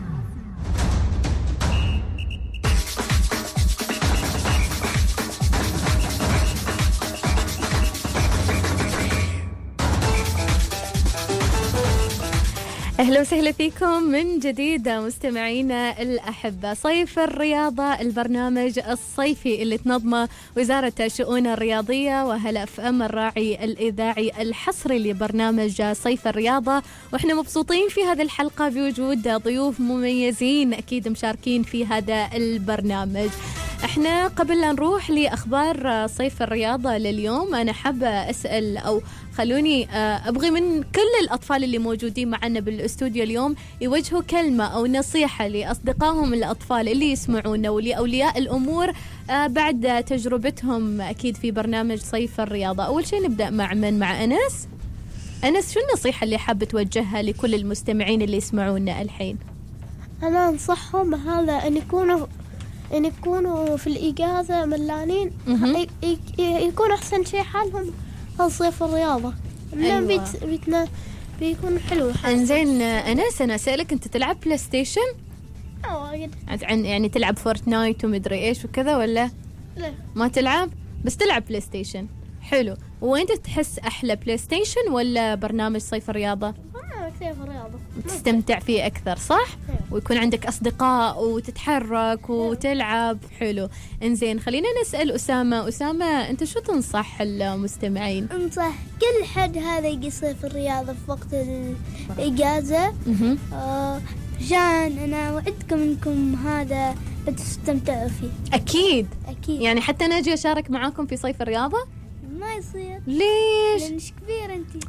S1: أهلا وسهلا فيكم من جديد مستمعينا الأحبة. صيف الرياضة البرنامج الصيفي اللي تنظمه وزارة الشؤون الرياضية وهلا اف ام الراعي الإذاعي الحصري لبرنامج صيف الرياضة، وإحنا مبسوطين في هذه الحلقة بوجود ضيوف مميزين أكيد مشاركين في هذا البرنامج. احنا قبل لا نروح لأخبار صيف الرياضة لليوم أنا حابة أسأل أو خلوني أبغي من كل الأطفال اللي موجودين معنا بالاستوديو اليوم يوجهوا كلمة أو نصيحة لأصدقائهم الأطفال اللي يسمعونا ولأولياء الأمور بعد تجربتهم أكيد في برنامج صيف الرياضة. أول شيء نبدأ مع من؟ مع أنس. أنس شو النصيحة اللي حابة توجهها لكل المستمعين اللي يسمعونا الحين؟
S6: أنا أنصحهم بهذا أن يكونوا أن يكونوا في الإجازة ملانين يكون أحسن شيء حالهم هو صيف الرياضة. أيوة. بيت بيتنا بيكون حلو.
S1: انزين أنس أنا أسألك أنت تلعب بلاي ستيشن؟
S6: واجد.
S1: يعني تلعب فورتنايت ومدري إيش وكذا ولا؟
S6: لا
S1: ما تلعب بس تلعب بلاي ستيشن. حلو. وأنت تحس أحلى بلاي ستيشن ولا برنامج صيف الرياضة؟
S6: صيف الرياضة
S1: تستمتع فيه أكثر صح؟ ويكون عندك أصدقاء وتتحرك وتلعب. حلو. إنزين خلينا نسأل أسامة. أسامة أنت شو تنصح المستمعين؟
S6: أنصح كل حد هذا يجي صيف الرياضة في وقت الإجازة آه عشان أنا وعدكم إنكم هذا بتستمتعوا فيه.
S1: أكيد
S6: أكيد.
S1: يعني حتى أنا أجي أشارك معاكم في صيف الرياضة؟
S6: ما يصير.
S1: ليش؟
S6: لأنش كبير أنتي.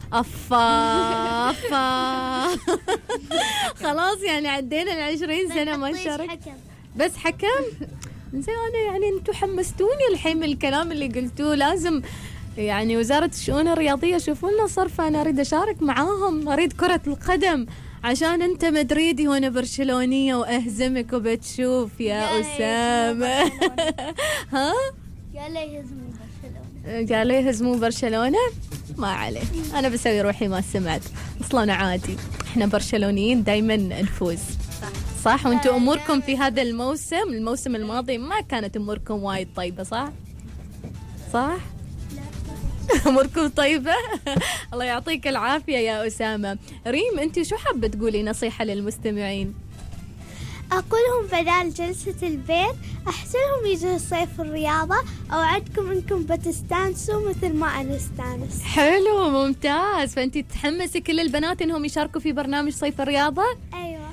S1: أفا أفا خلاص يعني عدينا العشرين سنة ما شارك.
S6: حكم.
S1: بس حكم؟ زين أنا يعني أنتوا حمستوني الحين من الكلام اللي قلتوه. لازم يعني وزارة الشؤون الرياضية شوفوا لنا صرفة. أنا أريد أشارك معاهم، أريد كرة القدم عشان أنت مدريدي وأنا برشلونية وأهزمك وبتشوف يا أسامة. ها؟
S6: قال لي يهزموا برشلونة.
S1: قال لي يهزموا برشلونة؟ ما عليه، أنا بسوي روحي ما سمعت. أصلا عادي، إحنا برشلونيين دايما نفوز. صح؟ وانتم أموركم في هذا الموسم الموسم الماضي ما كانت أموركم وايد طيبة صح؟ صح؟ أموركم طيبة؟ الله يعطيك العافية يا أسامة. ريم أنت شو حابة تقولي نصيحة للمستمعين؟
S6: أقولهم بدال جلسة البيت أحسنهم يجوا صيف الرياضة، أوعدكم أنكم بتستانسوا مثل ما أنا استانس.
S1: حلو ممتاز. فأنت تحمسي كل البنات أنهم يشاركوا في برنامج صيف الرياضة؟
S6: أيوة.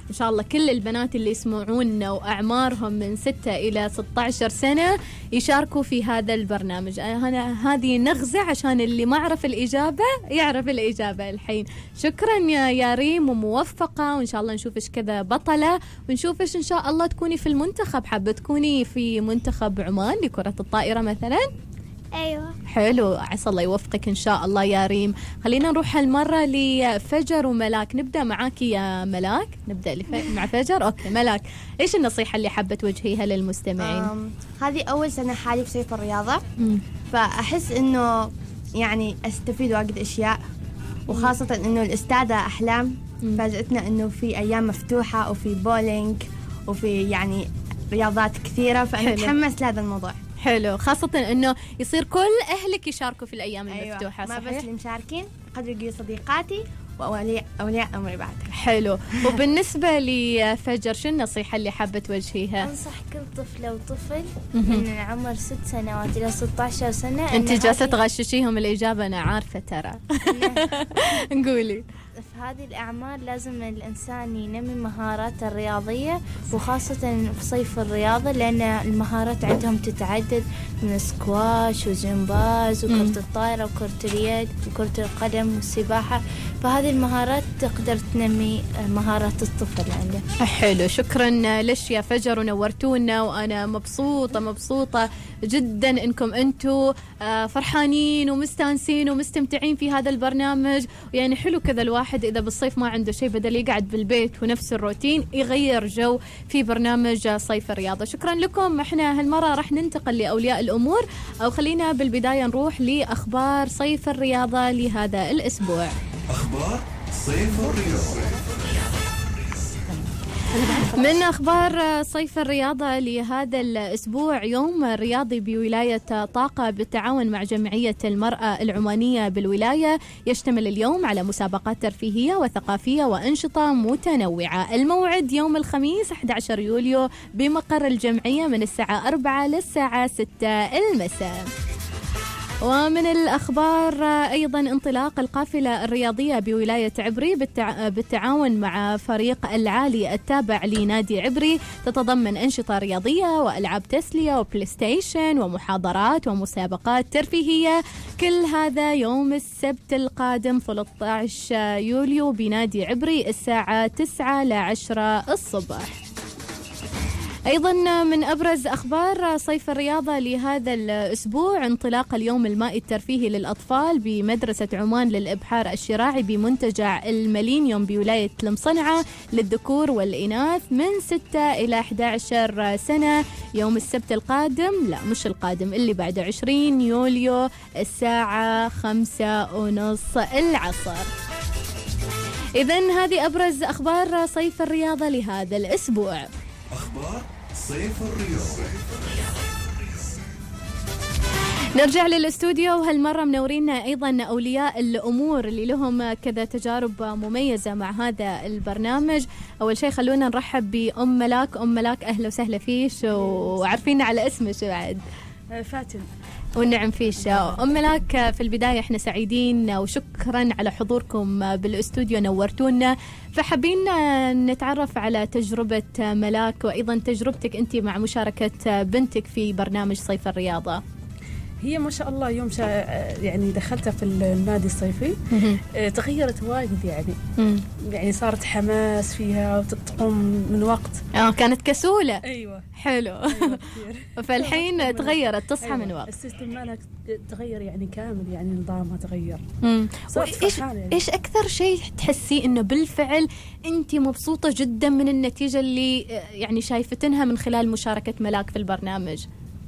S1: إن شاء الله كل البنات اللي يسمعونا وأعمارهم من ستة إلى ستة عشر سنة يشاركوا في هذا البرنامج. أنا هذه نغزة عشان اللي ما عرف الإجابة يعرف الإجابة الحين. شكرا يا يا ريم وموفقة، وإن شاء الله نشوفش كذا بطلة، ونشوفش إن شاء الله تكوني في المنتخب. حابة تكوني في منتخب عمان لكرة الطائرة مثلا؟
S6: أيوة.
S1: حلو، عسى الله يوفقك إن شاء الله يا ريم. خلينا نروح هالمرة لفجر وملاك. نبدأ معاك يا ملاك. نبدأ لف... مع فجر. أوكي ملاك، إيش النصيحة اللي حابة توجهيها للمستمعين؟
S8: هذه أول سنة حالي في صيف الرياضة،
S1: مم.
S8: فأحس إنه يعني أستفيد واجد أشياء، وخاصة إنه الأستاذة أحلام فاجأتنا إنه في أيام مفتوحة وفي بولينج وفي يعني رياضات كثيرة، فأنا متحمس لهذا الموضوع.
S1: حلو، خاصة إنه يصير كل أهلك يشاركوا في الأيام المفتوحة.
S8: أيوة. ما
S1: صحيح؟
S8: بس المشاركين، قد يجي صديقاتي وأولياء أولياء أمري بعد.
S1: حلو. وبالنسبة لفجر شو النصيحة اللي حابة توجهيها؟
S7: أنصح كل طفلة وطفل من عمر ست سنوات إلى ستة عشر سنة.
S1: أنت جالسة تغششيهم الإجابة، أنا عارفة ترى. نقولي
S7: في هذه الأعمار لازم الإنسان ينمي مهاراته الرياضية، وخاصة في صيف الرياضة، لأن المهارات عندهم تتعدد من سكواش وجمباز وكرة الطائرة وكرة اليد وكرة القدم والسباحة، فهذه المهارات تقدر تنمي مهارات الطفل عنده.
S1: حلو، شكرا لش يا فجر ونورتونا، وأنا مبسوطة مبسوطة جدا إنكم أنتوا فرحانين ومستانسين ومستمتعين في هذا البرنامج. يعني حلو كذا الواحد إذا بالصيف ما عنده شيء، بدل يقعد بالبيت ونفس الروتين يغير جو في برنامج صيف الرياضة. شكرا لكم. احنا هالمرة راح ننتقل لأولياء الأمور، أو خلينا بالبداية نروح لأخبار صيف الرياضة لهذا الأسبوع.
S9: أخبار صيف الرياضة.
S1: من أخبار صيف الرياضة لهذا الأسبوع، يوم رياضي بولاية طاقة بالتعاون مع جمعية المرأة العمانية بالولاية، يشتمل اليوم على مسابقات ترفيهية وثقافية وأنشطة متنوعة. الموعد يوم الخميس أحد عشر يوليو بمقر الجمعية من الساعة أربعة للساعة ستة المساء. ومن الأخبار أيضا انطلاق القافلة الرياضية بولاية عبري بالتع... بالتعاون مع فريق العالي التابع لنادي عبري، تتضمن أنشطة رياضية وألعاب تسلية وبلايستيشن ومحاضرات ومسابقات ترفيهية. كل هذا يوم السبت القادم ثلاثة عشر يوليو بنادي عبري الساعة تسعة لعشرة الصبح. أيضا من أبرز أخبار صيف الرياضة لهذا الأسبوع، انطلاق اليوم المائي الترفيهي للأطفال بمدرسة عمان للإبحار الشراعي بمنتجع الميلينيوم بولاية المصنعة للذكور والإناث من ستة إلى أحد عشر سنة، يوم السبت القادم، لا مش القادم اللي بعد عشرين يوليو الساعة خمسة ونص العصر. إذن هذه أبرز أخبار صيف الرياضة لهذا الأسبوع.
S9: أخبار صيف الرياضة.
S1: نرجع للاستوديو، وهالمرة منورينا أيضا أولياء الأمور اللي لهم كذا تجارب مميزة مع هذا البرنامج. أول شيء خلونا نرحب بأم ملاك. أم ملاك أهلا وسهلا فيش، وعارفين على اسمك بعد.
S12: فاتن.
S1: والنعم فيش. أم ملاك، في البداية احنا سعيدين وشكرا على حضوركم بالاستوديو، نورتونا. فحابين نتعرف على تجربة ملاك وأيضا تجربتك أنت مع مشاركة بنتك في برنامج صيف الرياضة.
S12: هي ما شاء الله يوم شا يعني دخلتها في النادي الصيفي تغيرت وايد، يعني مم. يعني صارت حماس فيها وتقوم من وقت.
S1: اه كانت كسولة.
S12: ايوه
S1: حلو. أيوة فالحين تغيرت، تصحى أيوة. من وقت.
S12: السيستم مالك تغير يعني كامل، يعني نظامها تغير.
S1: ايش يعني. ايش اكثر شيء تحسي انه بالفعل انت مبسوطة جدا من النتيجة اللي يعني شايفتنها من خلال مشاركة ملاك في البرنامج؟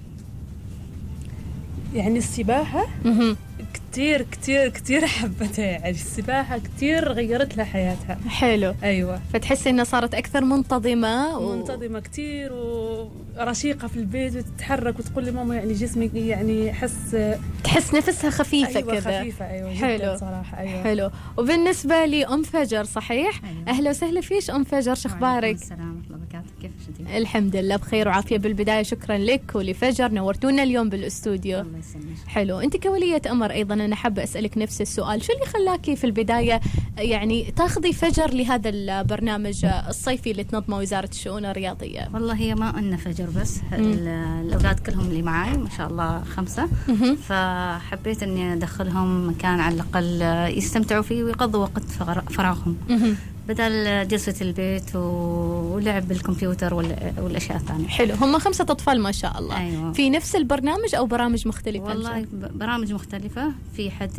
S12: يعني السباحة كتير كتير كتير حبتها، يعني السباحة كتير غيرت لها حياتها.
S1: حلو.
S12: أيوة.
S1: فتحسي إنها صارت أكثر منتظمة
S12: و... منتظمة كتير ورشيقة في البيت، وتتحرك وتقول لي ماما يعني جسمي يعني حس
S1: تحس نفسها خفيفة.
S12: أيوة
S1: كذا.
S12: خفيفة. أيوة
S1: حلو
S12: صراحة. أيوة.
S1: حلو. وبالنسبة لأم فجر، صحيح؟ أيوة. أهلا وسهلا فيش أم فجر، شخبارك؟
S13: السلام ورحمة الله وبركاته. كيف انت؟
S1: الحمد لله بخير وعافية. بالبداية شكرا لك ولفجر، نورتونا اليوم بالاستوديو.
S13: الله يسلمك.
S1: حلو. أنت كولية أمر أيضا أنا حابة أسألك نفس السؤال، شو اللي خلاكي في البداية يعني تاخذي فجر لهذا البرنامج الصيفي اللي تنظمه وزارة الشؤون الرياضية؟
S13: والله هي ما أن فجر بس، الأولاد كلهم اللي معاي ما شاء الله خمسة، فحبيت إني أدخلهم مكان على الأقل يستمتعوا فيه ويقضوا وقت فراغهم بدل جلسة البيت ولعب بالكمبيوتر والأشياء الثانية.
S1: حلو. هم خمسة أطفال ما شاء الله.
S13: أيوة.
S1: في نفس البرنامج أو برامج مختلفة؟
S13: والله برامج مختلفة، في حد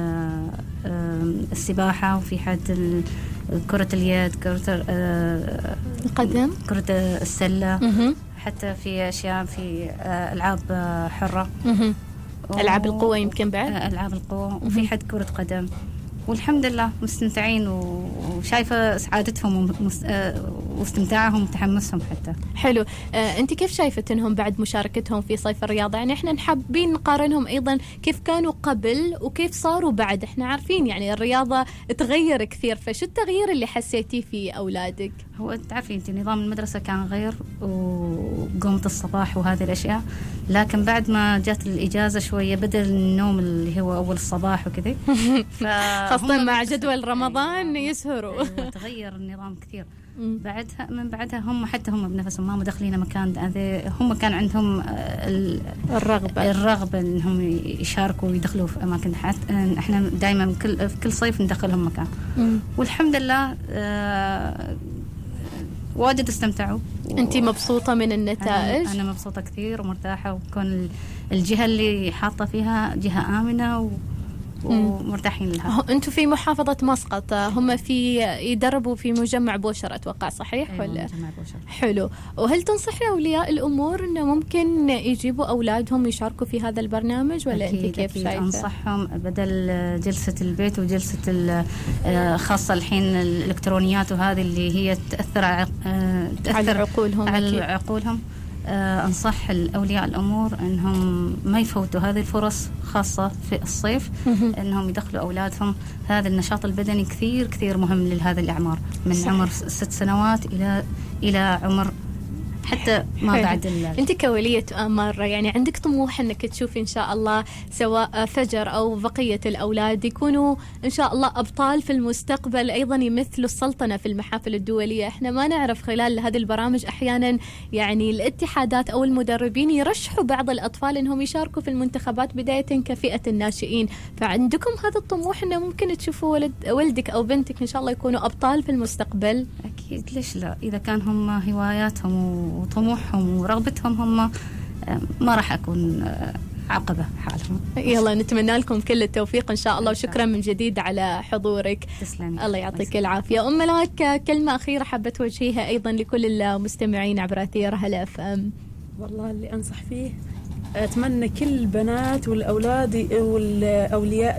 S13: السباحة وفي حد كرة اليد، كرة
S1: القدم،
S13: كرة السلة، حتى في أشياء في ألعاب حرة،
S1: ألعاب القوة يمكن بعد
S13: ألعاب القوة، وفي حد كرة قدم. والحمد لله مستمتعين وشايفة سعادتهم واستمتاعهم وتحمسهم حتى.
S1: حلو. آه، أنت كيف شايفة أنهم بعد مشاركتهم في صيف الرياضة؟ يعني إحنا حابين نقارنهم أيضا كيف كانوا قبل وكيف صاروا بعد. إحنا عارفين يعني الرياضة تغير كثير، فشو التغيير اللي حسيتيه في أولادك؟
S13: هو تعرفي أنت نظام المدرسة كان غير وقومة الصباح وهذه الأشياء، لكن بعد ما جات الإجازة شوية بدل النوم اللي هو أول الصباح وكذا
S1: خاصة مع جدول رمضان يسهروا.
S13: أيوة تغير النظام كثير. بعدها من بعدها هم حتى هم بنفسهم ما مدخلين مكان، هم كان عندهم
S1: الرغبة
S13: الرغبة إنهم يشاركوا ويدخلوا في أماكن. حتى إحنا دائما كل في كل صيف ندخلهم مكان. مم. والحمد لله آه واجد استمتعوا.
S1: أنت مبسوطة من النتائج؟
S13: أنا, أنا مبسوطة كثير ومرتاحة، وكون الجهة اللي حاطة فيها جهة آمنة و ومرتاحين لها.
S1: أنتم في محافظة مسقط، هم في يدربوا في مجمع بوشر أتوقع، صحيح؟
S13: أيوة
S1: ولا
S13: مجمع بوشر.
S1: حلو. وهل تنصحي أولياء الأمور إنه ممكن يجيبوا أولادهم يشاركوا في هذا البرنامج ولا أنت كيف شايفة؟
S13: أنصحهم بدل جلسة البيت وجلسة خاصة الحين الإلكترونيات وهذه اللي هي تأثر على
S1: تأثر على عقولهم
S13: على عقولهم. أنصح الأولياء الأمور أنهم ما يفوتوا هذه الفرص، خاصة في الصيف، أنهم يدخلوا أولادهم. هذا النشاط البدني كثير كثير مهم لهذه الأعمار، من صحيح. عمر ست سنوات إلى إلى عمر حتى ما حلو. بعد الله.
S1: أنت كولية أمر يعني عندك طموح أنك تشوفي إن شاء الله سواء فجر أو بقية الأولاد يكونوا إن شاء الله أبطال في المستقبل، أيضا يمثلوا السلطنة في المحافل الدولية. إحنا ما نعرف خلال هذه البرامج أحيانا يعني الاتحادات أو المدربين يرشحوا بعض الأطفال أنهم يشاركوا في المنتخبات بداية كفئة الناشئين، فعندكم هذا الطموح أنه ممكن تشوفوا ولد ولدك أو بنتك إن شاء الله يكونوا أبطال في المستقبل؟
S13: أكيد، ليش لا؟ إذا كان هم هواياتهم وطموحهم ورغبتهم هم ما راح أكون عقبة حالهم.
S1: يلا نتمنى لكم كل التوفيق إن شاء الله، وشكرا من جديد على حضورك.
S13: تسلمي.
S1: الله يعطيك العافية. أم ملاك، كلمة أخيرة حابة توجهيها أيضا لكل المستمعين عبر أثير هلا اف ام؟
S12: والله اللي أنصح فيه أتمنى كل البنات والأولاد والأولياء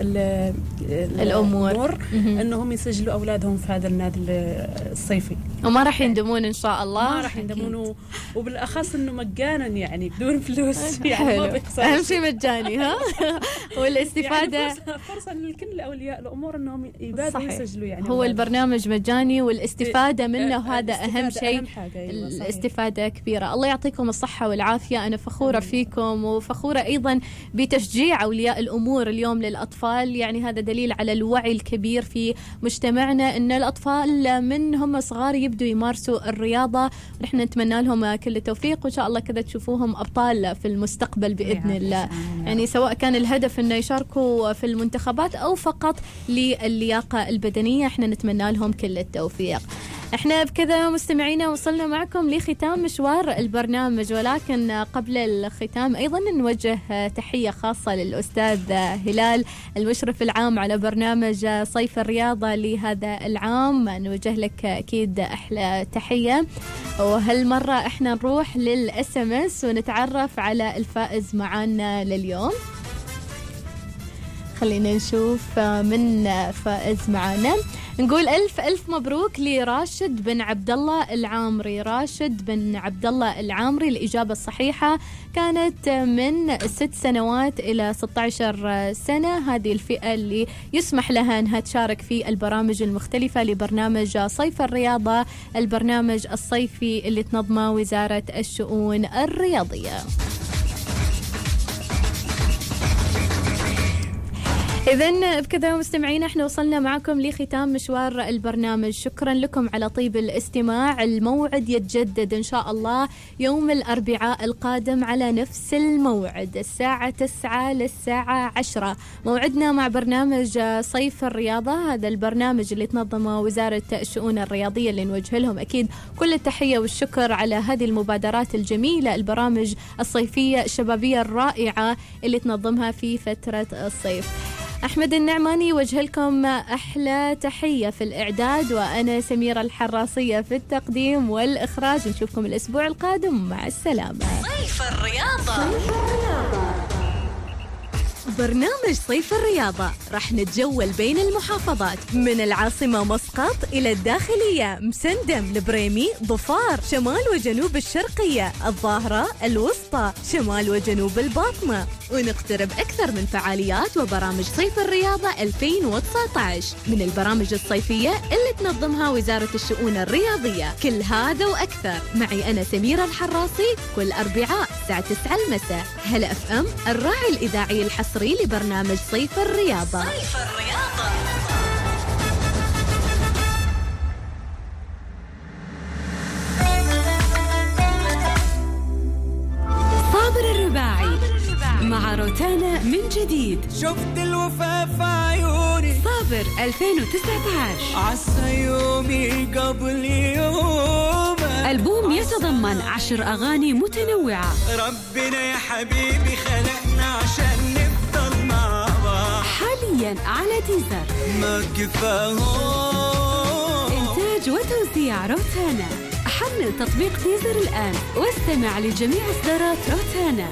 S1: الأمور
S12: أنهم يسجلوا أولادهم في هذا النادي الصيفي،
S1: وما راح يندمون إن شاء الله.
S12: ما راح يندمون، وبالأخص أنه مجانا يعني بدون فلوس يعني
S1: ما أهم شيء مجاني ها والاستفادة
S12: يعني فرصة, فرصة لكل أولياء الأمور أنهم يبادروا يسجلوا. يعني
S1: هو البرنامج مجاني والاستفادة منه، وهذا أهم شيء. الاستفادة كبيرة. الله يعطيكم الصحة والعافية. أنا فخورة فيكم وفخورة أيضا بتشجيع أولياء الأمور اليوم للأطفال. يعني هذا دليل على الوعي الكبير في مجتمعنا أن الأطفال من هم صغار يبدوا يمارسوا الرياضة. نحن نتمنى لهم كل التوفيق، وإن شاء الله كذا تشوفوهم أبطال في المستقبل بإذن الله. يعني سواء كان الهدف أنه يشاركوا في المنتخبات أو فقط للياقة البدنية، احنا نتمنى لهم كل التوفيق. احنا بكذا مستمعينا وصلنا معكم لختام مشوار البرنامج، ولكن قبل الختام ايضا نوجه تحية خاصة للأستاذ هلال المشرف العام على برنامج صيف الرياضة لهذا العام. نوجه لك اكيد احلى تحية. وهالمرة احنا نروح للإس إم إس ونتعرف على الفائز معانا لليوم. خلينا نشوف من فائز معانا. نقول ألف ألف مبروك لراشد بن عبد الله العامري. راشد بن عبد الله العامري الإجابة الصحيحة كانت من ست سنوات إلى ستة عشر سنة. هذه الفئة اللي يسمح لها أنها تشارك في البرامج المختلفة لبرنامج صيف الرياضة، البرنامج الصيفي اللي تنظمه وزارة الشؤون الرياضية. إذن بكذا مستمعين احنا وصلنا معكم لختام مشوار البرنامج. شكرا لكم على طيب الاستماع. الموعد يتجدد إن شاء الله يوم الأربعاء القادم على نفس الموعد الساعة تسعة للساعة عشرة. موعدنا مع برنامج صيف الرياضة، هذا البرنامج اللي تنظمه وزارة الشؤون الرياضية اللي نوجه لهم أكيد كل التحية والشكر على هذه المبادرات الجميلة، البرامج الصيفية الشبابية الرائعة اللي تنظمها في فترة الصيف. أحمد النعماني يوجه لكم أحلى تحية في الإعداد، وأنا سميرة الحراسية في التقديم والإخراج. نشوفكم الأسبوع القادم، مع السلامة.
S4: صيف الرياضة.
S1: برنامج صيف الرياضة راح نتجول بين المحافظات من العاصمة مسقط إلى الداخلية، مسندم، البريمي، ظفار، شمال وجنوب الشرقية، الظاهرة، الوسطى، شمال وجنوب الباطنة، ونقترب أكثر من فعاليات وبرامج صيف الرياضة ألفين وتسعة عشر من البرامج الصيفية اللي تنظمها وزارة الشؤون الرياضية. كل هذا وأكثر معي أنا سميرة الحراسي كل أربعاء الساعة تسعة المساء. هلا أف أم، الراعي الإذاعي الحصري لبرنامج صيف الرياضة.
S4: صيف الرياضة.
S14: صابر الرباعي مع روتانا من جديد.
S3: شفت الوفاء في عيوني.
S14: صابر ألفين وتسعة عشر.
S3: عسى يومي قبل يومك.
S14: ألبوم يتضمن عشر أغاني متنوعة.
S3: ربنا يا حبيبي خلقنا عشان نفضل مع بعض.
S14: حاليا على تيزر.
S3: ما كفاهم.
S14: إنتاج وتوزيع روتانا. حمل تطبيق تيزر الآن واستمع لجميع إصدارات روتانا.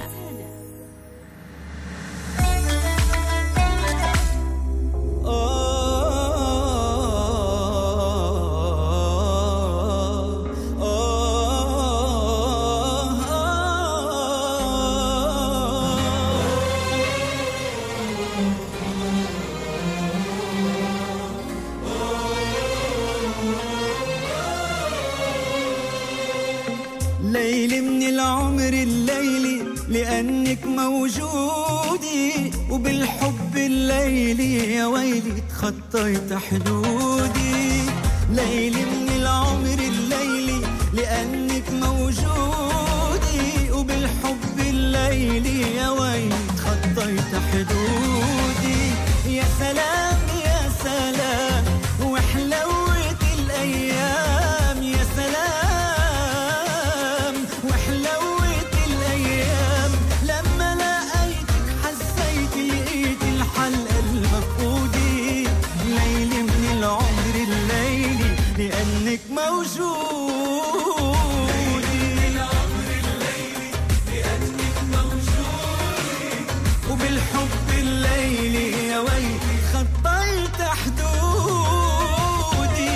S3: ليلي من العمر الليلي لأنك موجودي، وبالحب الليلي يا ويلي تخطيت حدودي. ليلي من العمر الليلي لأنك موجودي، وبالحب الليلي يا ويلي تخطيت حدودي. يا سلام يا سلام وحلوة الأيام، يا سلام لأنك موجودي. العمر الليلي لأنك موجودي، وبالحب الليلي يا ويلي خطيت حدودي.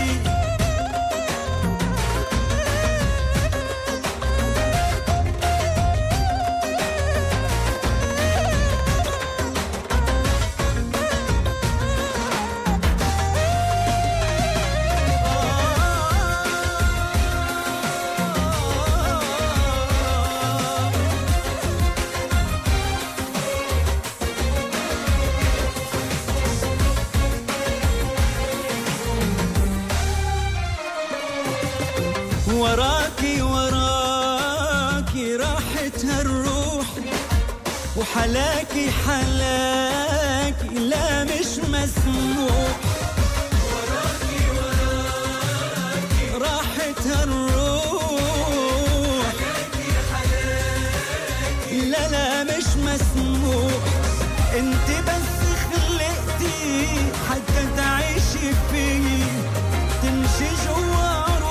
S3: وراكي وراكي راحت هالروح، وحلاكي حلاكي لا مش مسموح. وراكي وراكي راحت هالروح، حلاكي حلاكي لا لا مش مسموح. انت بس خلقتي حتى تعيشي فيه، تمشي جوا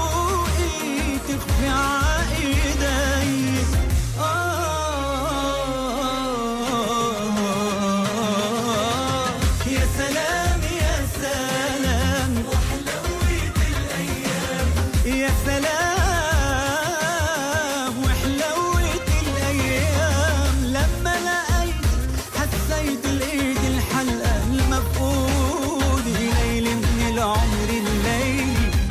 S3: تخفي عايدي. آه يا سلام يا سلام وحلا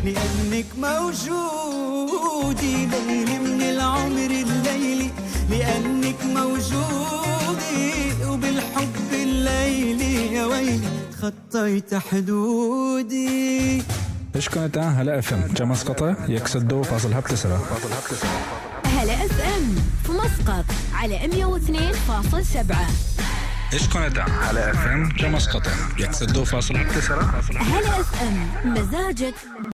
S3: لأنك موجودي ليلي من العمر الليلي لأنك موجودي وبالحب الليلي يا ويلي خطيت حدودي.
S15: ايش كنت هلا اف ام جا مسقطة يكسدو فاصل هب تسرة
S14: هلا اف ام في مسقط على مية واثنين فاصل سبعة.
S15: ايش كنت هلا اف ام جا مسقطة يكسدو فاصل هب تسرة
S14: هلا اف ام مزاجك